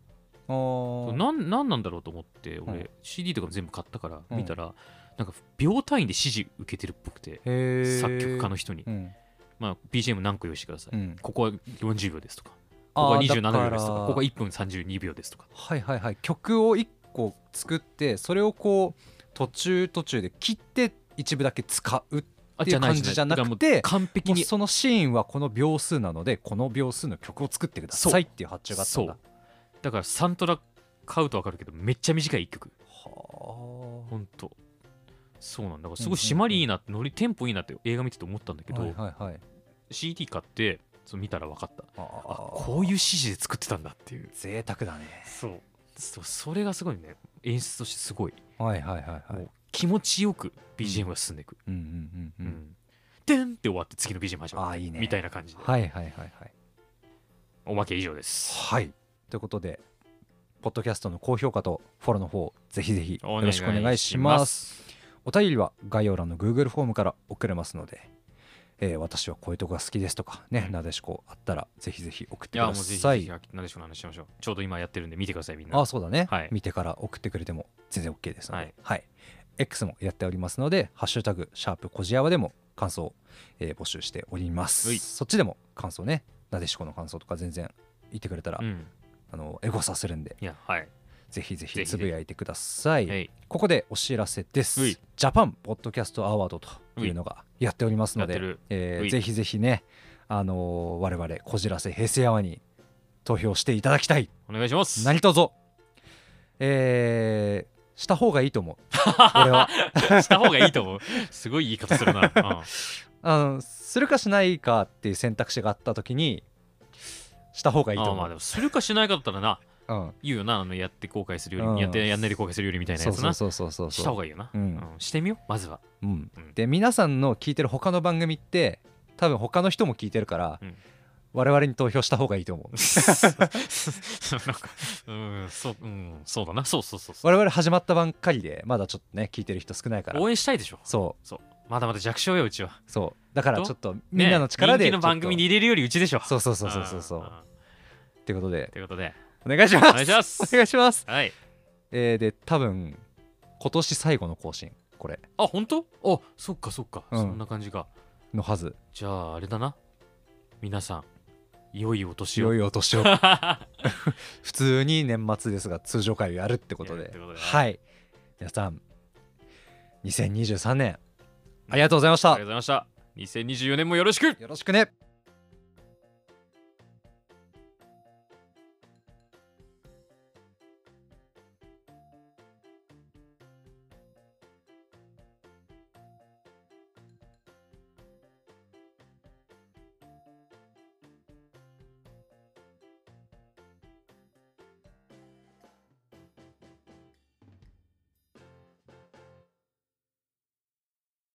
おーなんなんなんだろうと思って俺、 うんシーディー とかも全部買ったからうん見たら、なんか秒単位で指示受けてるっぽくて、 へー作曲家の人に、 うんまあ、ビージーエム 何個用意してください、 うんここはよんじゅうびょうですとか、ここはあーにじゅうななびょうですとだかからここはいっぷんさんじゅうにびょうですとか。 はいはいはい、曲をいっこ作ってそれをこう途中途中で切って一部だけ使うっていう感じじゃなくて、 完璧にもうそのシーンはこの秒数なのでこの秒数の曲を作ってくださいっていう発注があったんだ。 だからサントラ買うと分かるけどめっちゃ短いいっきょく、 はほんとそうなんだ。からすごい締まりいいなって、ノリテンポいいなって映画見てて思ったんだけど、 はいはいはい、 シーディー 買ってそう見たら分かった。 ああこういう指示で作ってたんだっていう。 贅沢だね。 そうそう、それがすごいね、演出としてすごい、 はいはいはいはい、 もう気持ちよく ビージーエム が進んでいく、 うんうんうんううんんでんって終わって次の ビージーエム 始まるあいいねみたいな感じで、 はいはいはいはいおまけ以上です。 はいということでポッドキャストの高評価とフォローの方ぜひぜひよおろしくお願いします。お便りは概要欄の Google フォームから送れますので、えー私はこういうとこが好きですとかね、 うんなでしこあったらぜひぜひ送ってくだいやもうぜひさい。 ぜひなでしこの話しましょう。ちょうど今やってるんで見てくださいみんな。 あそうだね、 はい見てから送ってくれても全然 OK ですので、 はいはい、X もやっておりますのでハッシュタグシャープこじやわでも感想を、えー募集しておりまうす。 いそっちでも感想ね、なでしこの感想とか全然言ってくれたら、 うんあのエゴサするんでいやはいぜひぜひぜひつぶやいてください。 えいここでお知らせです。 ういジャパンポッドキャストアワードというのがやっておりますのでやってる、ういえーぜひぜひね、あのー我々こじらせ平成アワーに投票していただきたい。 お願いします。 何卒、えーした方がいいと思う。俺はした方がいいと思う。すごい言い方するな。うんあのするかしないかっていう選択肢があった時にした方がいいと思う。 あまあでもするかしないかだったらな、 うん、 言うよな、あのやって後悔するより、 うんやってやんないで後悔するよりみたいなそうそうやつな。 そうそうそうした方がいいよな、 うんうんしてみようまずは。 うんうんで皆さんの聞いてる他の番組って多分他の人も聞いてるから、 うん我々に投票した方がいいと思う。 なんかうんそううんそうだな、そうそうそうそう。 我々始まったばっかりでまだちょっとね聞いてる人少ないから、 応援したいでしょ。 そそうまだまだ弱小ようちは。 うそうだからちょっとみんなの力でね人気の番組にちょっ入れるよりうちでしょ。 とそうそうそうそうそうそうんんっていうことでということでお願いします。 お願いしますお願いします。 はい。 えー、で多分今年最後の更新これあ本当？あそっかそっか、 うんそんな感じか。 のはず。 じゃああれだな、皆さん良いお年を。 良いお年を普通に年末ですが通常会をやるってことでやるってことではい皆さんにせんにじゅうさんねんありがとうございました。 ありがとうございました。にせんにじゅうよねんもよろしく。 よろしくね。